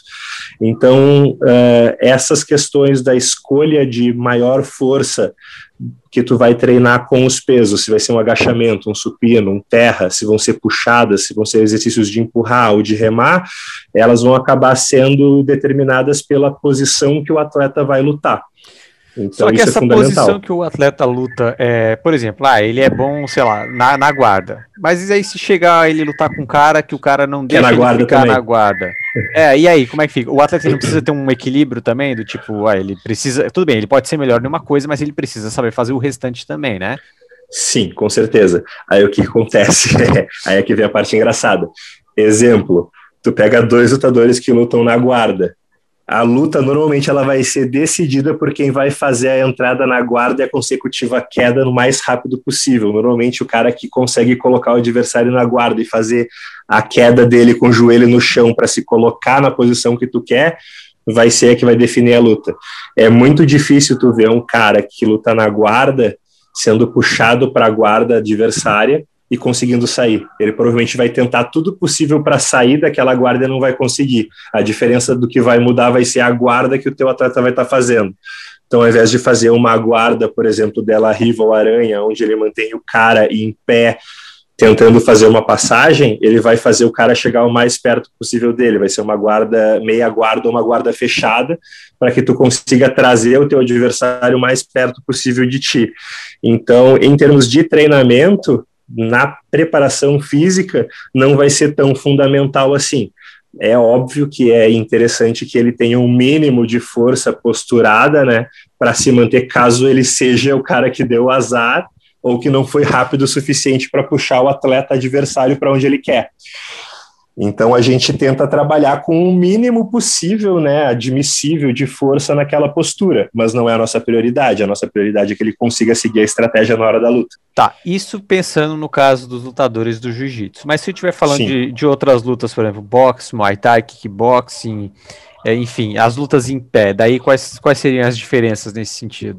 Então, uh, essas questões da escolha de maior força que tu vai treinar com os pesos, se vai ser um agachamento, um supino, um terra, se vão ser puxadas, se vão ser exercícios de empurrar ou de remar, elas vão acabar sendo determinadas pela posição que o atleta vai lutar. Então, só que essa é posição que o atleta luta, é, por exemplo, ah, ele é bom, sei lá, na, na guarda. Mas aí se chegar ele lutar com um cara que o cara não deixa é ele ficar também. na guarda. É, e aí, como é que fica? O atleta não precisa ter um equilíbrio também, do tipo, ah, ele precisa... Tudo bem, ele pode ser melhor em uma coisa, mas ele precisa saber fazer o restante também, né? Sim, com certeza. Aí o que acontece? Aí é que vem a parte engraçada. Exemplo, tu pega dois lutadores que lutam na guarda. A luta, normalmente, ela vai ser decidida por quem vai fazer a entrada na guarda e a consecutiva queda no mais rápido possível. Normalmente, o cara que consegue colocar o adversário na guarda e fazer a queda dele com o joelho no chão para se colocar na posição que tu quer, vai ser a que vai definir a luta. É muito difícil tu ver um cara que luta na guarda sendo puxado para a guarda adversária e conseguindo sair. Ele provavelmente vai tentar tudo possível para sair daquela guarda e não vai conseguir. A diferença do que vai mudar vai ser a guarda que o teu atleta vai estar tá fazendo. Então, ao invés de fazer uma guarda, por exemplo, dela riva ou aranha, onde ele mantém o cara em pé, tentando fazer uma passagem, ele vai fazer o cara chegar o mais perto possível dele. Vai ser uma guarda, meia guarda ou uma guarda fechada, para que tu consiga trazer o teu adversário o mais perto possível de ti. Então, em termos de treinamento, na preparação física, não vai ser tão fundamental assim. É óbvio que é interessante que ele tenha um mínimo de força posturada, né, para se manter caso ele seja o cara que deu azar ou que não foi rápido o suficiente para puxar o atleta adversário para onde ele quer. Então a gente tenta trabalhar com o mínimo possível, né, admissível de força naquela postura, mas não é a nossa prioridade. A nossa prioridade é que ele consiga seguir a estratégia na hora da luta. Tá, isso pensando no caso dos lutadores do jiu-jitsu. Mas se eu estiver falando de, de outras lutas, por exemplo, boxe, muay thai, kickboxing, é, enfim, as lutas em pé, daí quais, quais seriam as diferenças nesse sentido?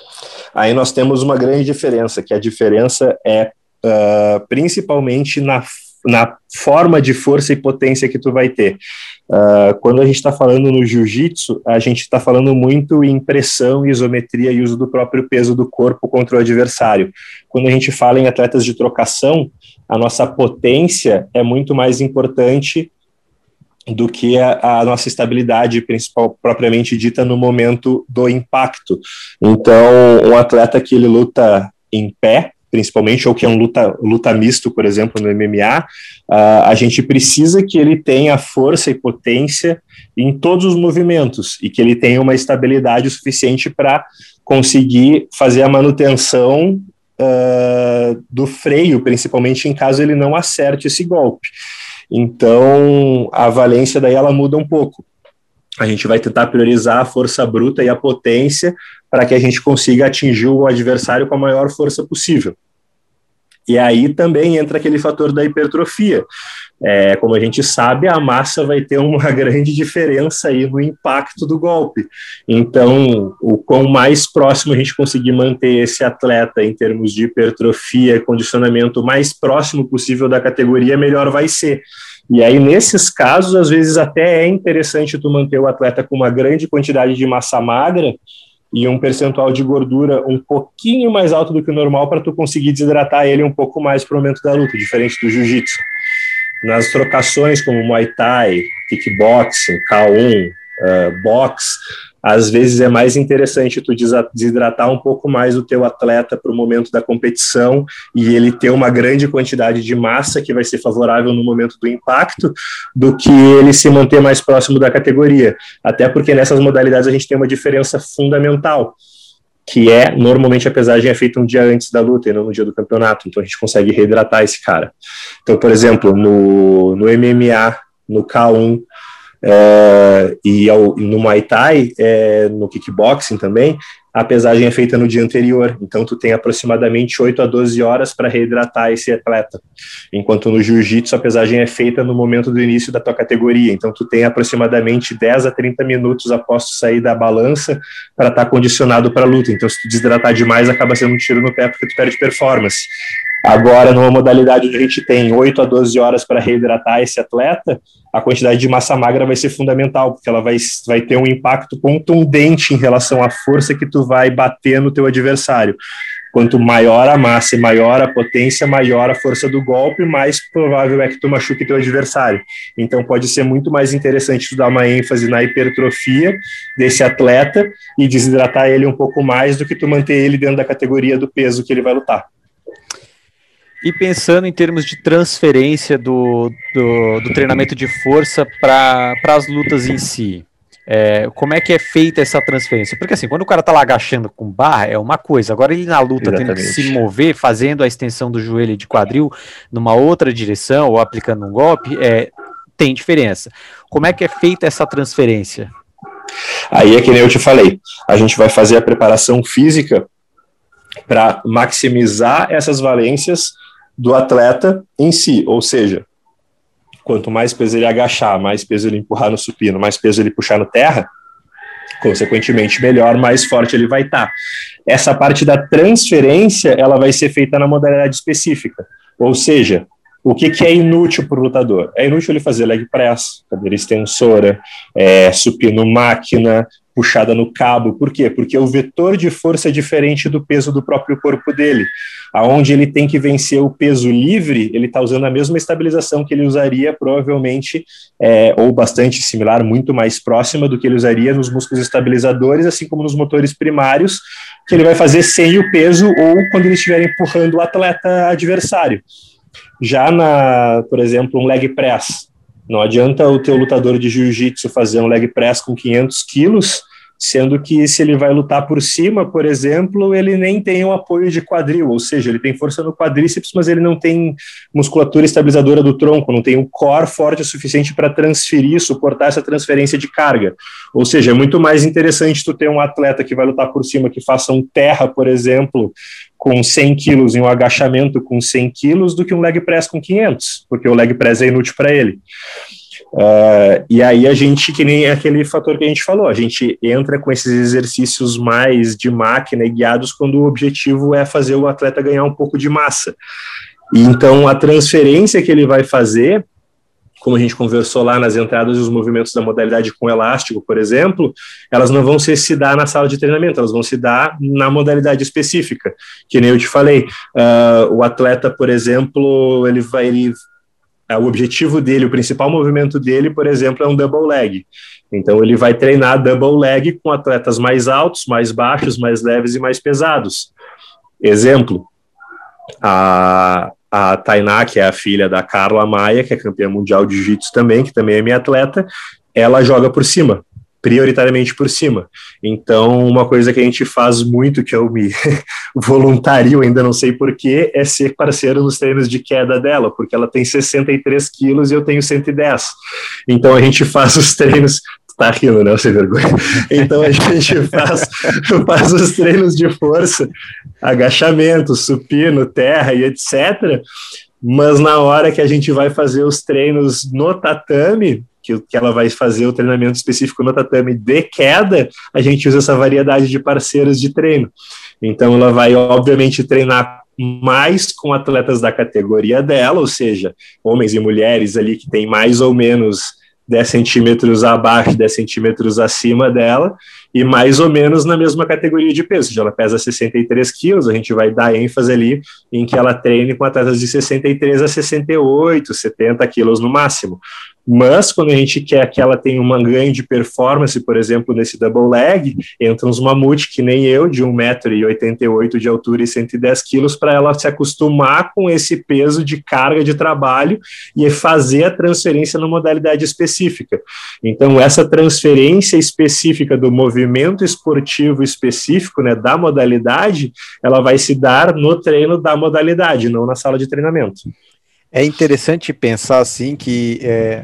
Aí nós temos uma grande diferença, que a diferença é uh, principalmente na na forma de força e potência que tu vai ter. Uh, quando a gente está falando no jiu-jitsu, a gente está falando muito em pressão, isometria e uso do próprio peso do corpo contra o adversário. Quando a gente fala em atletas de trocação, a nossa potência é muito mais importante do que a, a nossa estabilidade principal, propriamente dita, no momento do impacto. Então, um atleta que ele luta em pé, principalmente, ou que é um luta, luta misto, por exemplo, no M M A, uh, a gente precisa que ele tenha força e potência em todos os movimentos, e que ele tenha uma estabilidade suficiente para conseguir fazer a manutenção uh, do freio, principalmente em caso ele não acerte esse golpe. Então, a valência daí ela muda um pouco. A gente vai tentar priorizar a força bruta e a potência para que a gente consiga atingir o adversário com a maior força possível. E aí também entra aquele fator da hipertrofia. É, como a gente sabe, a massa vai ter uma grande diferença aí no impacto do golpe. Então, o quão mais próximo a gente conseguir manter esse atleta em termos de hipertrofia, condicionamento mais próximo possível da categoria, melhor vai ser. E aí, nesses casos, às vezes até é interessante tu manter o atleta com uma grande quantidade de massa magra e um percentual de gordura um pouquinho mais alto do que o normal para tu conseguir desidratar ele um pouco mais para o momento da luta, diferente do jiu-jitsu. Nas trocações como Muay Thai, kickboxing, K um, uh, boxe, às vezes é mais interessante tu desidratar um pouco mais o teu atleta para o momento da competição e ele ter uma grande quantidade de massa que vai ser favorável no momento do impacto, do que ele se manter mais próximo da categoria. Até porque nessas modalidades a gente tem uma diferença fundamental, que é, normalmente a pesagem é feita um dia antes da luta e não no dia do campeonato, então a gente consegue reidratar esse cara. Então, por exemplo, no, no M M A, no K um, É, e ao, no Muay Thai, é, no kickboxing também, a pesagem é feita no dia anterior, então tu tem aproximadamente oito a doze horas para reidratar esse atleta, enquanto no jiu-jitsu a pesagem é feita no momento do início da tua categoria, então tu tem aproximadamente dez a trinta minutos após tu sair da balança para estar tá condicionado para a luta, então se tu desidratar demais acaba sendo um tiro no pé porque tu perde performance. Agora, numa modalidade onde a gente tem oito a doze horas para reidratar esse atleta, a quantidade de massa magra vai ser fundamental, porque ela vai, vai ter um impacto contundente em relação à força que tu vai bater no teu adversário. Quanto maior a massa e maior a potência, maior a força do golpe, mais provável é que tu machuque teu adversário. Então pode ser muito mais interessante tu dar uma ênfase na hipertrofia desse atleta e desidratar ele um pouco mais do que tu manter ele dentro da categoria do peso que ele vai lutar. E pensando em termos de transferência do, do, do treinamento de força para as lutas em si, é, como é que é feita essa transferência? Porque assim, quando o cara tá lá agachando com barra, é uma coisa, agora ele na luta Exatamente. tendo que se mover, fazendo a extensão do joelho e de quadril numa outra direção ou aplicando um golpe, é, tem diferença. Como é que é feita essa transferência? Aí é que nem eu te falei, a gente vai fazer a preparação física para maximizar essas valências do atleta em si, ou seja, quanto mais peso ele agachar, mais peso ele empurrar no supino, mais peso ele puxar no terra, consequentemente melhor, mais forte ele vai estar. Essa parte da transferência, ela vai ser feita na modalidade específica, ou seja, o que, que é inútil para o lutador? É inútil ele fazer leg press, cadeira extensora, é, supino máquina, puxada no cabo. Por quê? Porque o vetor de força é diferente do peso do próprio corpo dele. Aonde ele tem que vencer o peso livre, ele está usando a mesma estabilização que ele usaria provavelmente, é, ou bastante similar, muito mais próxima do que ele usaria nos músculos estabilizadores, assim como nos motores primários, que ele vai fazer sem o peso ou quando ele estiver empurrando o atleta adversário. Já, na, por exemplo, um leg press, não adianta o teu lutador de jiu-jitsu fazer um leg press com quinhentos quilos, sendo que se ele vai lutar por cima, por exemplo, ele nem tem um apoio de quadril, ou seja, ele tem força no quadríceps, mas ele não tem musculatura estabilizadora do tronco, não tem um core forte o suficiente para transferir, suportar essa transferência de carga. Ou seja, é muito mais interessante tu ter um atleta que vai lutar por cima, que faça um terra, por exemplo, com cem quilos e um agachamento com cem quilos, do que um leg press com quinhentos, porque o leg press é inútil para ele. Uh, e aí a gente, que nem aquele fator que a gente falou, a gente entra com esses exercícios mais de máquina e guiados quando o objetivo é fazer o atleta ganhar um pouco de massa. E então a transferência que ele vai fazer como a gente conversou lá nas entradas e os movimentos da modalidade com elástico, por exemplo, elas não vão se, se dar na sala de treinamento, elas vão se dar na modalidade específica, que nem eu te falei. Uh, o atleta, por exemplo, ele vai... Ele, uh, o objetivo dele, o principal movimento dele, por exemplo, é um double leg. Então, ele vai treinar double leg com atletas mais altos, mais baixos, mais leves e mais pesados. Exemplo, a... A Tainá, que é a filha da Carla Maia, que é campeã mundial de jiu-jitsu também, que também é minha atleta, ela joga por cima, prioritariamente por cima. Então, uma coisa que a gente faz muito, que eu me voluntario, ainda não sei porquê, é ser parceiro nos treinos de queda dela, porque ela tem sessenta e três quilos e eu tenho cento e dez. Então, a gente faz os treinos... Tá rindo, né, sem vergonha? Então a gente faz, faz os treinos de força, agachamento, supino, terra e etcétera. Mas na hora que a gente vai fazer os treinos no tatame, que, que ela vai fazer o treinamento específico no tatame de queda, a gente usa essa variedade de parceiros de treino. Então ela vai, obviamente, treinar mais com atletas da categoria dela, ou seja, homens e mulheres ali que têm mais ou menos dez centímetros abaixo, dez centímetros acima dela, e mais ou menos na mesma categoria de peso. Se ela pesa sessenta e três quilos, a gente vai dar ênfase ali em que ela treine com atletas de sessenta e três a sessenta e oito, setenta quilos no máximo. Mas, quando a gente quer que ela tenha um ganho de performance, por exemplo, nesse double leg, entra uns mamute que nem eu, de um metro e oitenta e oito de altura e cento e dez quilos, para ela se acostumar com esse peso de carga de trabalho e fazer a transferência na modalidade específica. Então, essa transferência específica do movimento esportivo específico, né, da modalidade, ela vai se dar no treino da modalidade, não na sala de treinamento. É interessante pensar assim que, é,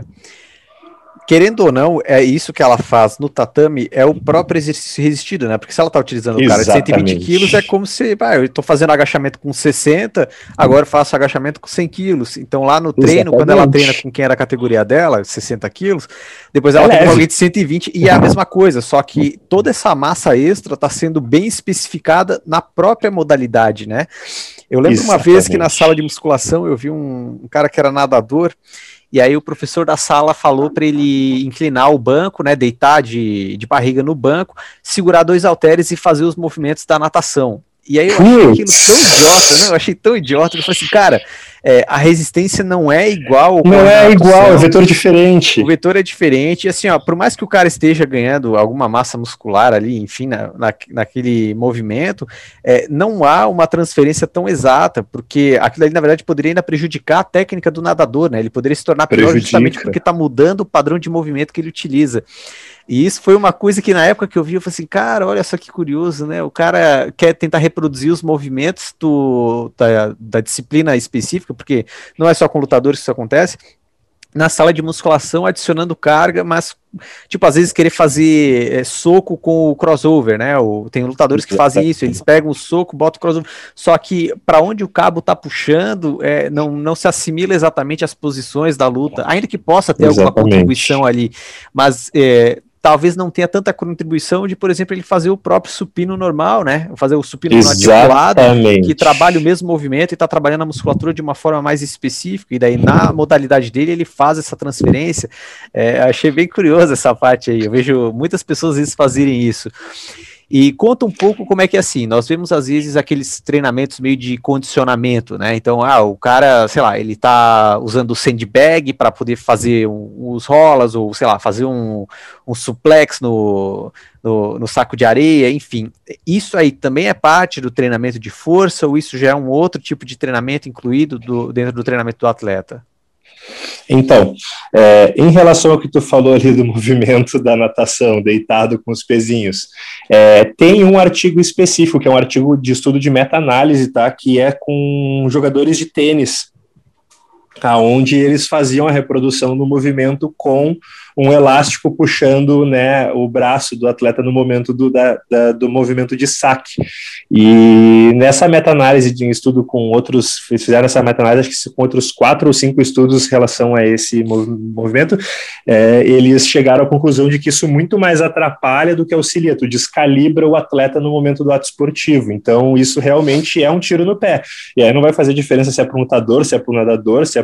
querendo ou não, é isso que ela faz no tatame, é o próprio exercício resistido, né? Porque se ela tá utilizando o cara de cento e vinte quilos, é como se, ah, eu tô fazendo agachamento com sessenta, agora eu faço agachamento com cem quilos. Então lá no treino, Exatamente. Quando ela treina com quem era a categoria dela, sessenta quilos, depois ela é tem alguém de cento e vinte e é a mesma coisa, só que toda essa massa extra tá sendo bem especificada na própria modalidade, né? Eu lembro Exatamente. Uma vez que na sala de musculação eu vi um, um cara que era nadador, e aí o professor da sala falou para ele inclinar o banco, né, deitar de, de barriga no banco, segurar dois halteres e fazer os movimentos da natação. E aí eu achei aquilo tão idiota, né? Eu achei tão idiota, eu falei assim, cara, é, a resistência não é igual... Não é igual, é vetor diferente. O vetor é diferente, e assim, ó, por mais que o cara esteja ganhando alguma massa muscular ali, enfim, na, na, naquele movimento, é, não há uma transferência tão exata, porque aquilo ali, na verdade, poderia ainda prejudicar a técnica do nadador, né? Ele poderia se tornar pior Prejudica. Justamente porque está mudando o padrão de movimento que ele utiliza. E isso foi uma coisa que na época que eu vi, eu falei assim, cara, olha só que curioso, né? O cara quer tentar reproduzir os movimentos do, da, da disciplina específica, porque não é só com lutadores que isso acontece, na sala de musculação adicionando carga, mas, tipo, às vezes querer fazer é, soco com o crossover, né? O, tem lutadores que fazem isso, eles pegam o soco, botam o crossover, só que para onde o cabo tá puxando, é, não, não se assimila exatamente às posições da luta, ainda que possa ter exatamente. Alguma contribuição ali, mas... É, talvez não tenha tanta contribuição de, por exemplo, ele fazer o próprio supino normal, né? Fazer o supino articulado, que trabalha o mesmo movimento e está trabalhando a musculatura de uma forma mais específica, e daí na modalidade dele ele faz essa transferência. É, achei bem curioso essa parte aí, eu vejo muitas pessoas às vezes fazerem isso. E conta um pouco como é que é assim, nós vemos às vezes aqueles treinamentos meio de condicionamento, né, então, ah, o cara, sei lá, ele tá usando o sandbag para poder fazer um, os rolas, ou sei lá, fazer um, um suplex no, no, no saco de areia, enfim, isso aí também é parte do treinamento de força, ou isso já é um outro tipo de treinamento incluído do, dentro do treinamento do atleta? Então, é, em relação ao que tu falou ali do movimento da natação, deitado com os pezinhos, é, tem um artigo específico, que é um artigo de estudo de meta-análise, tá, que é com jogadores de tênis, onde eles faziam a reprodução do movimento com um elástico puxando, né, o braço do atleta no momento do, da, da, do movimento de saque. E nessa meta-análise de um estudo com outros, fizeram essa meta-análise acho que com outros quatro ou cinco estudos em relação a esse mov, movimento, é, eles chegaram à conclusão de que isso muito mais atrapalha do que auxilia, tu descalibra o atleta no momento do ato esportivo, então isso realmente é um tiro no pé, e aí não vai fazer diferença se é para um lutador, se é para um nadador, se é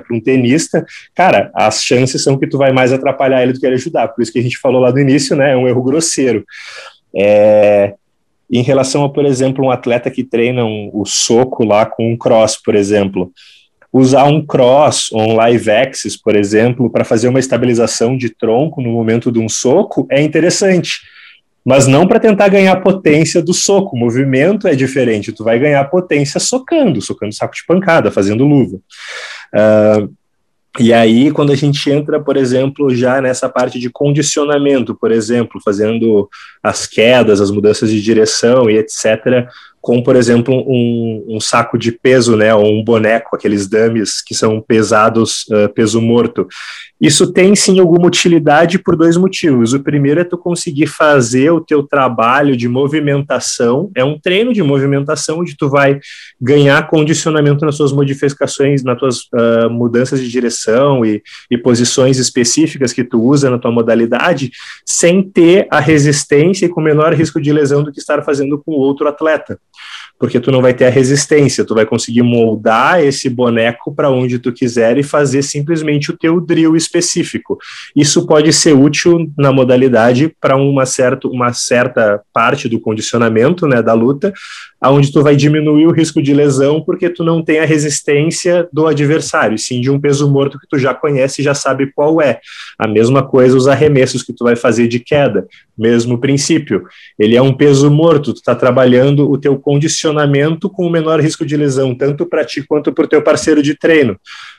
para um tenista, cara, as chances são que tu vai mais atrapalhar ele do que ele ajudar. Por isso que a gente falou lá no início, né? É um erro grosseiro. É... Em relação a, por exemplo, um atleta que treina um, o soco lá com um cross, por exemplo, usar um cross ou um live axis, por exemplo, para fazer uma estabilização de tronco no momento de um soco é interessante, mas não para tentar ganhar potência do soco. O movimento é diferente, tu vai ganhar potência socando, socando saco de pancada, fazendo luva. Uh, E aí, quando a gente entra, por exemplo, já nessa parte de condicionamento, por exemplo, fazendo as quedas, as mudanças de direção e etcétera, com, por exemplo, um, um saco de peso, né, ou um boneco, aqueles dummies que são pesados, uh, peso morto. Isso tem, sim, alguma utilidade por dois motivos. O primeiro é tu conseguir fazer o teu trabalho de movimentação, é um treino de movimentação onde tu vai ganhar condicionamento nas suas modificações, nas tuas uh, mudanças de direção e, e posições específicas que tu usa na tua modalidade, sem ter a resistência e com menor risco de lesão do que estar fazendo com outro atleta. Porque tu não vai ter a resistência, tu vai conseguir moldar esse boneco para onde tu quiser e fazer simplesmente o teu drill específico. Isso pode ser útil na modalidade para uma certa, uma certa parte do condicionamento, né, da luta, onde tu vai diminuir o risco de lesão porque tu não tem a resistência do adversário, sim de um peso morto que tu já conhece e já sabe qual é. A mesma coisa os arremessos que tu vai fazer de queda, mesmo princípio. Ele é um peso morto, tu está trabalhando o teu condicionamento com o menor risco de lesão, tanto para ti quanto para o teu parceiro de treino.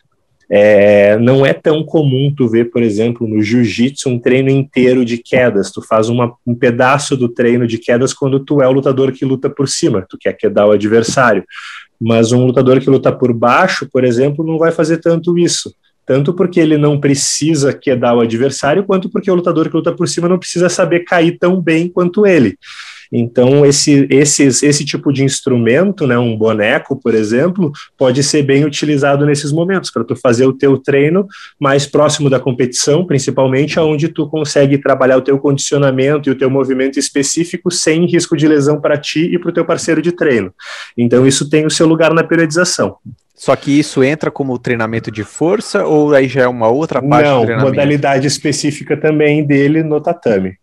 É, não é tão comum tu ver, por exemplo, no jiu-jitsu um treino inteiro de quedas. Tu faz uma, um pedaço do treino de quedas quando tu é o lutador que luta por cima, tu quer quedar o adversário. Mas um lutador que luta por baixo, por exemplo, não vai fazer tanto isso. Tanto porque ele não precisa quedar o adversário, quanto porque o lutador que luta por cima não precisa saber cair tão bem quanto ele. Então, esse, esses, esse tipo de instrumento, né, um boneco, por exemplo, pode ser bem utilizado nesses momentos, para tu fazer o teu treino mais próximo da competição, principalmente, onde tu consegue trabalhar o teu condicionamento e o teu movimento específico sem risco de lesão para ti e para o teu parceiro de treino. Então, isso tem o seu lugar na periodização. Só que isso entra como treinamento de força ou aí já é uma outra parte Não, do treinamento? Modalidade específica também dele no tatame.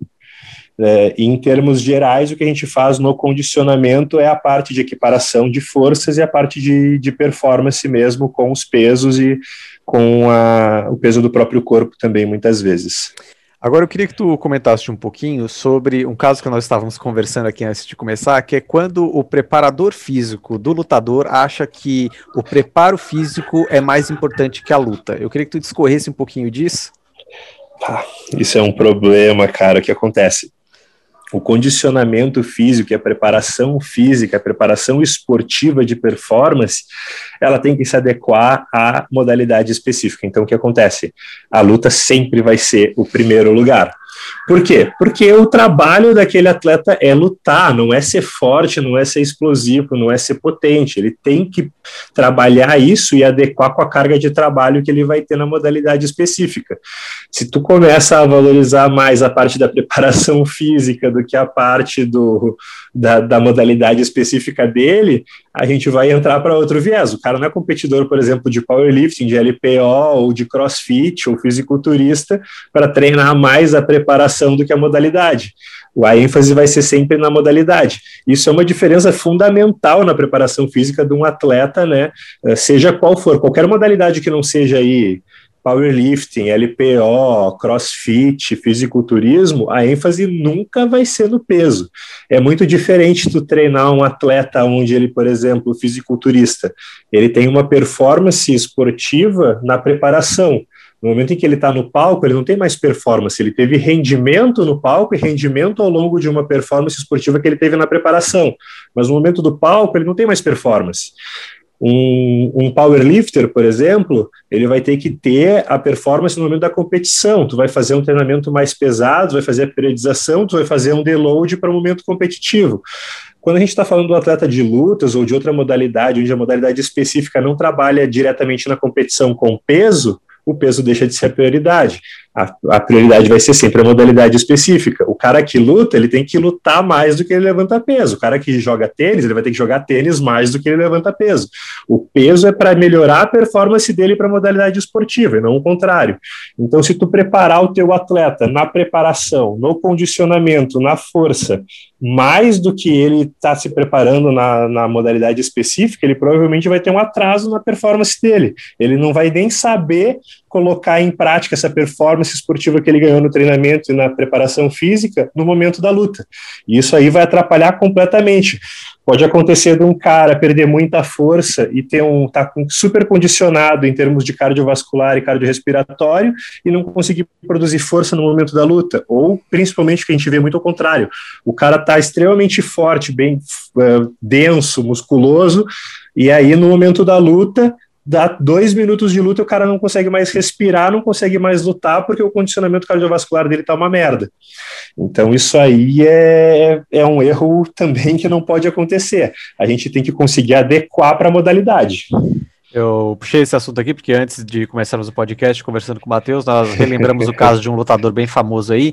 É, em termos gerais, o que a gente faz no condicionamento é a parte de equiparação de forças e a parte de, de performance mesmo, com os pesos e com a, o peso do próprio corpo também, muitas vezes. Agora eu queria que tu comentasse um pouquinho sobre um caso que nós estávamos conversando aqui antes de começar, que é quando o preparador físico do lutador acha que o preparo físico é mais importante que a luta. Eu queria que tu discorresse um pouquinho disso. Ah, isso é um problema, cara, o que acontece? O condicionamento físico e a preparação física, a preparação esportiva de performance, ela tem que se adequar à modalidade específica. Então, o que acontece? A luta sempre vai ser o primeiro lugar. Por quê? Porque o trabalho daquele atleta é lutar, não é ser forte, não é ser explosivo, não é ser potente. Ele tem que trabalhar isso e adequar com a carga de trabalho que ele vai ter na modalidade específica. Se tu começa a valorizar mais a parte da preparação física do que a parte do, da, da modalidade específica dele, a gente vai entrar para outro viés. O cara não é competidor, por exemplo, de powerlifting, de L P O, ou de crossfit, ou fisiculturista, para treinar mais a preparação do que a modalidade. A ênfase vai ser sempre na modalidade. Isso é uma diferença fundamental na preparação física de um atleta, né? Seja qual for, qualquer modalidade que não seja aí powerlifting, L P O, crossfit, fisiculturismo, a ênfase nunca vai ser no peso. É muito diferente tu treinar um atleta onde ele, por exemplo, fisiculturista, ele tem uma performance esportiva na preparação. No momento em que ele está no palco, ele não tem mais performance, ele teve rendimento no palco e rendimento ao longo de uma performance esportiva que ele teve na preparação. Mas no momento do palco, ele não tem mais performance. Um, um powerlifter, por exemplo, ele vai ter que ter a performance no momento da competição. Tu vai fazer um treinamento mais pesado, tu vai fazer a periodização, tu vai fazer um deload para o momento competitivo. Quando a gente está falando do atleta de lutas ou de outra modalidade, onde a modalidade específica não trabalha diretamente na competição com peso, o peso deixa de ser a prioridade. A, a prioridade vai ser sempre a modalidade específica. O cara que luta, ele tem que lutar mais do que ele levanta peso. O cara que joga tênis, ele vai ter que jogar tênis mais do que ele levanta peso. O peso é para melhorar a performance dele para a modalidade esportiva, e não o contrário. Então, se tu preparar o teu atleta na preparação, no condicionamento, na força, mais do que ele está se preparando na, na modalidade específica, ele provavelmente vai ter um atraso na performance dele. Ele não vai nem saber colocar em prática essa performance esportiva que ele ganhou no treinamento e na preparação física no momento da luta. E isso aí vai atrapalhar completamente. Pode acontecer de um cara perder muita força e ter um tá super condicionado em termos de cardiovascular e cardiorrespiratório e não conseguir produzir força no momento da luta, ou principalmente que a gente vê muito ao contrário, o cara está extremamente forte, bem uh, denso, musculoso, e aí no momento da luta dá dois minutos de luta, o cara não consegue mais respirar, não consegue mais lutar, porque o condicionamento cardiovascular dele tá uma merda. Então isso aí é, é um erro também que não pode acontecer. A gente tem que conseguir adequar para a modalidade. Eu puxei esse assunto aqui porque antes de começarmos o podcast, conversando com o Matheus, nós relembramos o caso de um lutador bem famoso aí,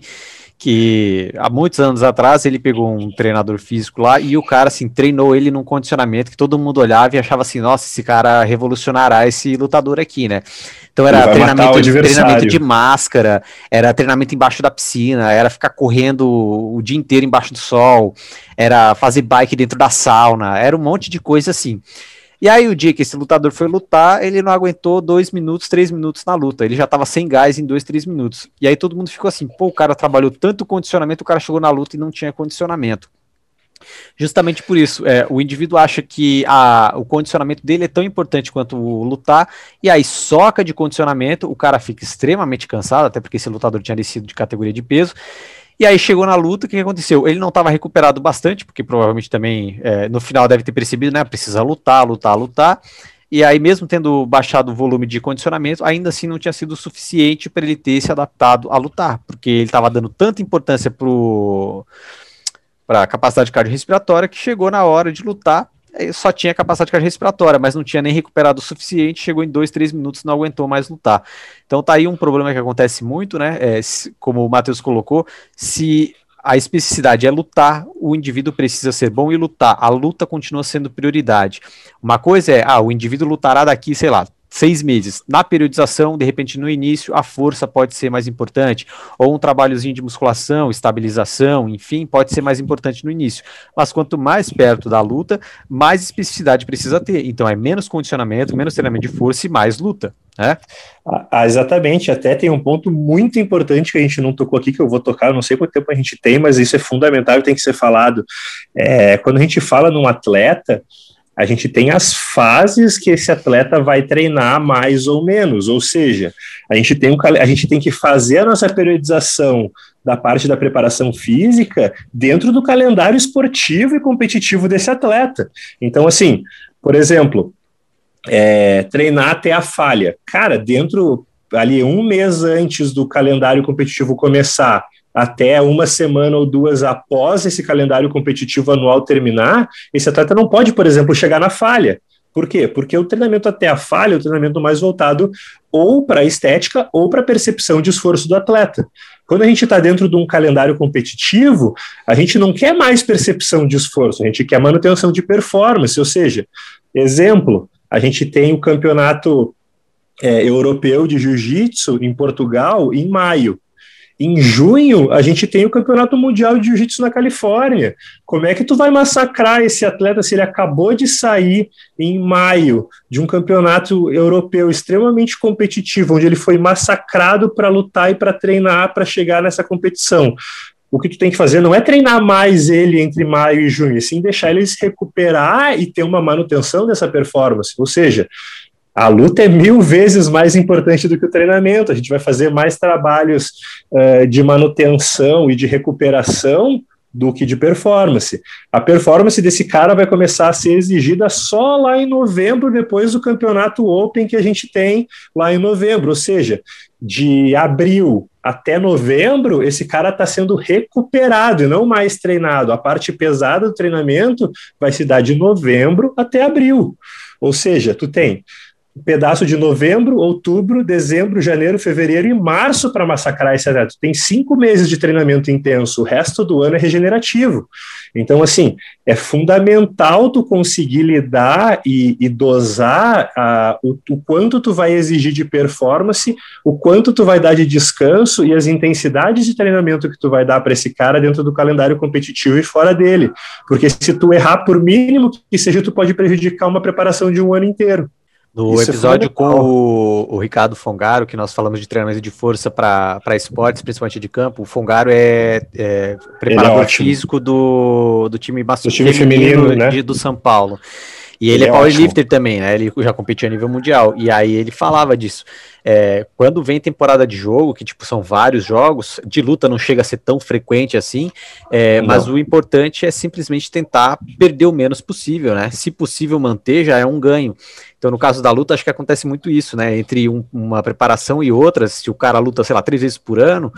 que há muitos anos atrás ele pegou um treinador físico lá e o cara assim, treinou ele num condicionamento que todo mundo olhava e achava assim, nossa, esse cara revolucionará esse lutador aqui, né? Então era treinamento, treinamento de máscara, era treinamento embaixo da piscina, era ficar correndo o dia inteiro embaixo do sol, era fazer bike dentro da sauna, era um monte de coisa assim. E aí o dia que esse lutador foi lutar, ele não aguentou dois minutos, três minutos na luta, ele já tava sem gás em dois, três minutos. E aí todo mundo ficou assim, pô, o cara trabalhou tanto condicionamento, o cara chegou na luta e não tinha condicionamento. Justamente por isso, é, o indivíduo acha que a, o condicionamento dele é tão importante quanto o lutar, e aí soca de condicionamento, o cara fica extremamente cansado, até porque esse lutador tinha descido de categoria de peso. E aí chegou na luta, o que aconteceu? Ele não estava recuperado bastante, porque provavelmente também é, no final deve ter percebido, né? Precisa lutar, lutar, lutar. E aí mesmo tendo baixado o volume de condicionamento, ainda assim não tinha sido suficiente para ele ter se adaptado a lutar, porque ele estava dando tanta importância para a capacidade cardiorrespiratória que chegou na hora de lutar, só tinha capacidade cardiorrespiratória, mas não tinha nem recuperado o suficiente, chegou em dois, três minutos e não aguentou mais lutar. Então tá aí um problema que acontece muito, né, é, se, como o Matheus colocou, se a especificidade é lutar, o indivíduo precisa ser bom e lutar, a luta continua sendo prioridade. Uma coisa é, ah, o indivíduo lutará daqui, sei lá, seis meses. Na periodização, de repente, no início, a força pode ser mais importante, ou um trabalhozinho de musculação, estabilização, enfim, pode ser mais importante no início. Mas quanto mais perto da luta, mais especificidade precisa ter. Então, é menos condicionamento, menos treinamento de força e mais luta, né? Ah, exatamente. Até tem um ponto muito importante que a gente não tocou aqui, que eu vou tocar, eu não sei quanto tempo a gente tem, mas isso é fundamental e tem que ser falado. É, quando a gente fala num atleta, a gente tem as fases que esse atleta vai treinar mais ou menos, ou seja, a gente tem, um, a gente tem que fazer a nossa periodização da parte da preparação física dentro do calendário esportivo e competitivo desse atleta. Então, assim, por exemplo, é, treinar até a falha. Cara, dentro, ali um mês antes do calendário competitivo começar, até uma semana ou duas após esse calendário competitivo anual terminar, esse atleta não pode, por exemplo, chegar na falha. Por quê? Porque o treinamento até a falha é o treinamento mais voltado ou para a estética ou para a percepção de esforço do atleta. Quando a gente está dentro de um calendário competitivo, a gente não quer mais percepção de esforço, a gente quer manutenção de performance, ou seja, exemplo, a gente tem o campeonato é, europeu de jiu-jitsu em Portugal em maio. Em junho, a gente tem o Campeonato Mundial de Jiu-Jitsu na Califórnia. Como é que tu vai massacrar esse atleta se ele acabou de sair em maio de um campeonato europeu extremamente competitivo, onde ele foi massacrado para lutar e para treinar para chegar nessa competição? O que tu tem que fazer não é treinar mais ele entre maio e junho, e sim deixar ele se recuperar e ter uma manutenção dessa performance. Ou seja, a luta é mil vezes mais importante do que o treinamento. A gente vai fazer mais trabalhos uh, de manutenção e de recuperação do que de performance. A performance desse cara vai começar a ser exigida só lá em novembro, depois do campeonato Open que a gente tem lá em novembro. Ou seja, de abril até novembro, esse cara está sendo recuperado e não mais treinado. A parte pesada do treinamento vai se dar de novembro até abril. Ou seja, tu tem um pedaço de novembro, outubro, dezembro, janeiro, fevereiro e março para massacrar esse atleta. Tem cinco meses de treinamento intenso, o resto do ano é regenerativo. Então, assim, é fundamental tu conseguir lidar e, e dosar a, o, o quanto tu vai exigir de performance, o quanto tu vai dar de descanso e as intensidades de treinamento que tu vai dar para esse cara dentro do calendário competitivo e fora dele. Porque se tu errar por mínimo que seja, tu pode prejudicar uma preparação de um ano inteiro. No Isso episódio é com o, o Ricardo Fongaro, que nós falamos de treinamento de força para esportes, principalmente de campo, o Fongaro é, é preparador é físico do, do time, do time feminino, feminino né? de, do São Paulo. E ele, ele é, é powerlifter também, né? Ele já competiu a nível mundial. E aí ele falava disso. É, quando vem temporada de jogo, que tipo são vários jogos, de luta não chega a ser tão frequente assim, é, mas o importante é simplesmente tentar perder o menos possível, né? Se possível manter, já é um ganho. Então, no caso da luta, acho que acontece muito isso, né? Entre um, uma preparação e outra, se o cara luta, sei lá, três vezes por ano,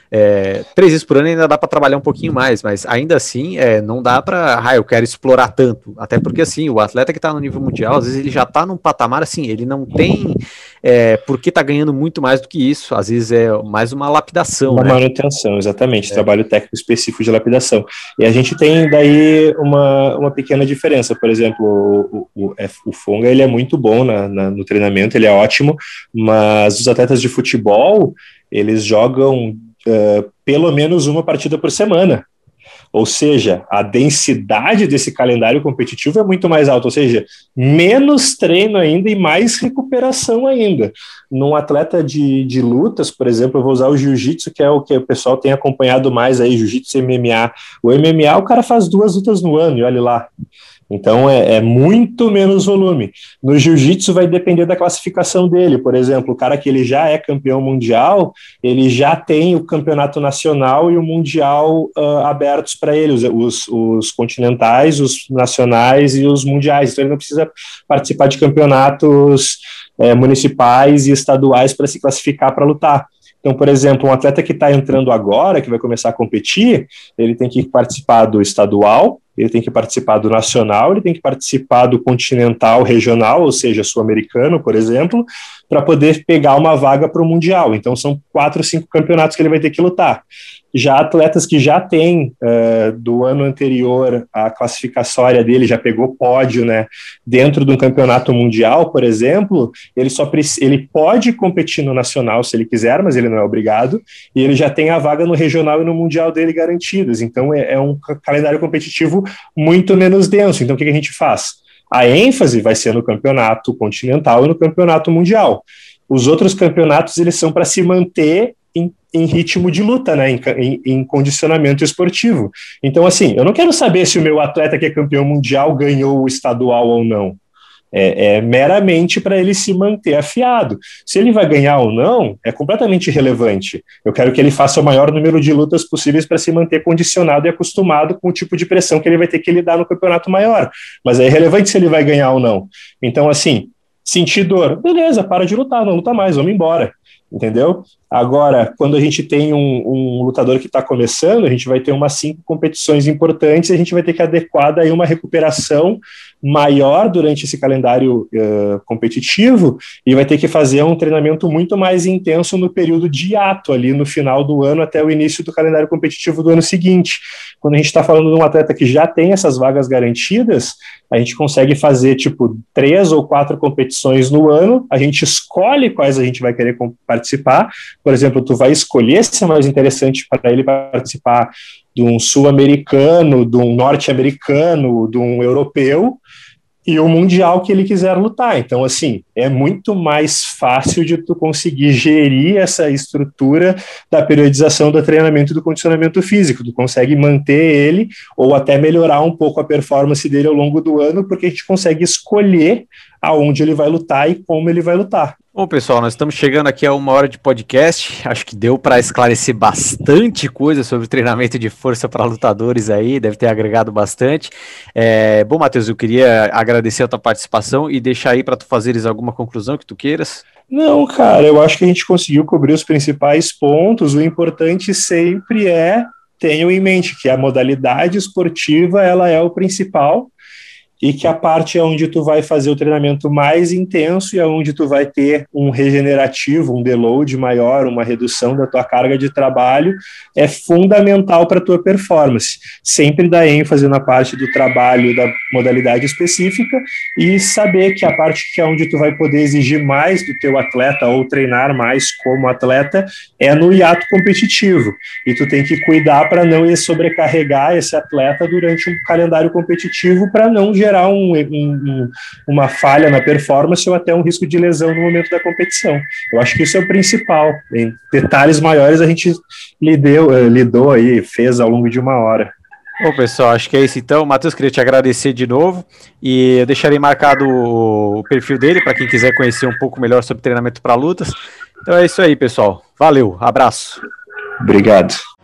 É, três vezes por ano ainda dá para trabalhar um pouquinho mais, mas ainda assim é, não dá para, ah, eu quero explorar tanto, até porque assim, o atleta que está no nível mundial, às vezes ele já está num patamar assim, ele não tem é, por que tá ganhando muito mais do que isso, às vezes é mais uma lapidação. Uma né? manutenção, exatamente, é. Trabalho técnico específico de lapidação. E a gente tem daí uma, uma pequena diferença, por exemplo, o, o, o Fonga, ele é muito bom na, na, no treinamento, ele é ótimo, mas os atletas de futebol, eles jogam Uh, pelo menos uma partida por semana, ou seja, a densidade desse calendário competitivo é muito mais alta, ou seja, menos treino ainda e mais recuperação ainda. Num atleta de, de lutas, por exemplo, eu vou usar o jiu-jitsu, que é o que o pessoal tem acompanhado mais aí, jiu-jitsu e M M A. O M M A, o cara faz duas lutas no ano, e olha lá. Então, é, é muito menos volume. No jiu-jitsu vai depender da classificação dele. Por exemplo, o cara que ele já é campeão mundial, ele já tem o campeonato nacional e o mundial uh, abertos para ele, os, os, os continentais, os nacionais e os mundiais. Então, ele não precisa participar de campeonatos é, municipais e estaduais para se classificar para lutar. Então, por exemplo, um atleta que está entrando agora, que vai começar a competir, ele tem que participar do estadual, ele tem que participar do nacional, ele tem que participar do continental regional, ou seja, sul-americano, por exemplo, para poder pegar uma vaga para o mundial. Então, são quatro, cinco campeonatos que ele vai ter que lutar. Já atletas que já têm uh, do ano anterior a classificatória dele, já pegou pódio, né, dentro de um campeonato mundial, por exemplo, ele só ele pode competir no nacional se ele quiser, mas ele não é obrigado, e ele já tem a vaga no regional e no mundial dele garantidas. Então é, é um calendário competitivo muito menos denso. Então o que, que a gente faz? A ênfase vai ser no campeonato continental e no campeonato mundial. Os outros campeonatos, eles são para se manter em, em ritmo de luta, né, em, em, em condicionamento esportivo. Então, assim, eu não quero saber se o meu atleta que é campeão mundial ganhou o estadual ou não. É, é meramente para ele se manter afiado. Se ele vai ganhar ou não, é completamente irrelevante. Eu quero que ele faça o maior número de lutas possíveis para se manter condicionado e acostumado com o tipo de pressão que ele vai ter que lidar no campeonato maior. Mas é irrelevante se ele vai ganhar ou não. Então, assim, sentir dor, beleza, para de lutar, não luta mais, vamos embora. Entendeu? Agora, quando a gente tem um, um lutador que está começando, a gente vai ter umas cinco competições importantes e a gente vai ter que adequar daí uma recuperação maior durante esse calendário uh, competitivo e vai ter que fazer um treinamento muito mais intenso no período de hiato, ali no final do ano até o início do calendário competitivo do ano seguinte. Quando a gente está falando de um atleta que já tem essas vagas garantidas, a gente consegue fazer tipo três ou quatro competições no ano, a gente escolhe quais a gente vai querer participar. Por exemplo, tu vai escolher se é mais interessante para ele participar de um sul-americano, de um norte-americano, de um europeu, e o mundial que ele quiser lutar. Então, assim, é muito mais fácil de tu conseguir gerir essa estrutura da periodização do treinamento e do condicionamento físico. Tu consegue manter ele ou até melhorar um pouco a performance dele ao longo do ano, porque a gente consegue escolher aonde ele vai lutar e como ele vai lutar. Bom, pessoal, nós estamos chegando aqui a uma hora de podcast, acho que deu para esclarecer bastante coisa sobre treinamento de força para lutadores aí, deve ter agregado bastante. É, bom, Matheus, eu queria agradecer a tua participação e deixar aí para tu fazeres alguma conclusão que tu queiras. Não, cara, eu acho que a gente conseguiu cobrir os principais pontos, o importante sempre é, tenham em mente que a modalidade esportiva, ela é o principal, e que a parte onde tu vai fazer o treinamento mais intenso e onde tu vai ter um regenerativo, um deload maior, uma redução da tua carga de trabalho, é fundamental para a tua performance. Sempre dar ênfase na parte do trabalho da modalidade específica e saber que a parte que é onde tu vai poder exigir mais do teu atleta ou treinar mais como atleta é no hiato competitivo. E tu tem que cuidar para não sobrecarregar esse atleta durante um calendário competitivo para não gerar um, um, uma falha na performance ou até um risco de lesão no momento da competição. Eu acho que isso é o principal. Em detalhes maiores a gente lidou, lidou aí, fez ao longo de uma hora. Bom, pessoal, acho que é isso então. Matheus, queria te agradecer de novo e eu deixarei marcado o perfil dele para quem quiser conhecer um pouco melhor sobre treinamento para lutas. Então é isso aí, pessoal. Valeu, abraço. Obrigado.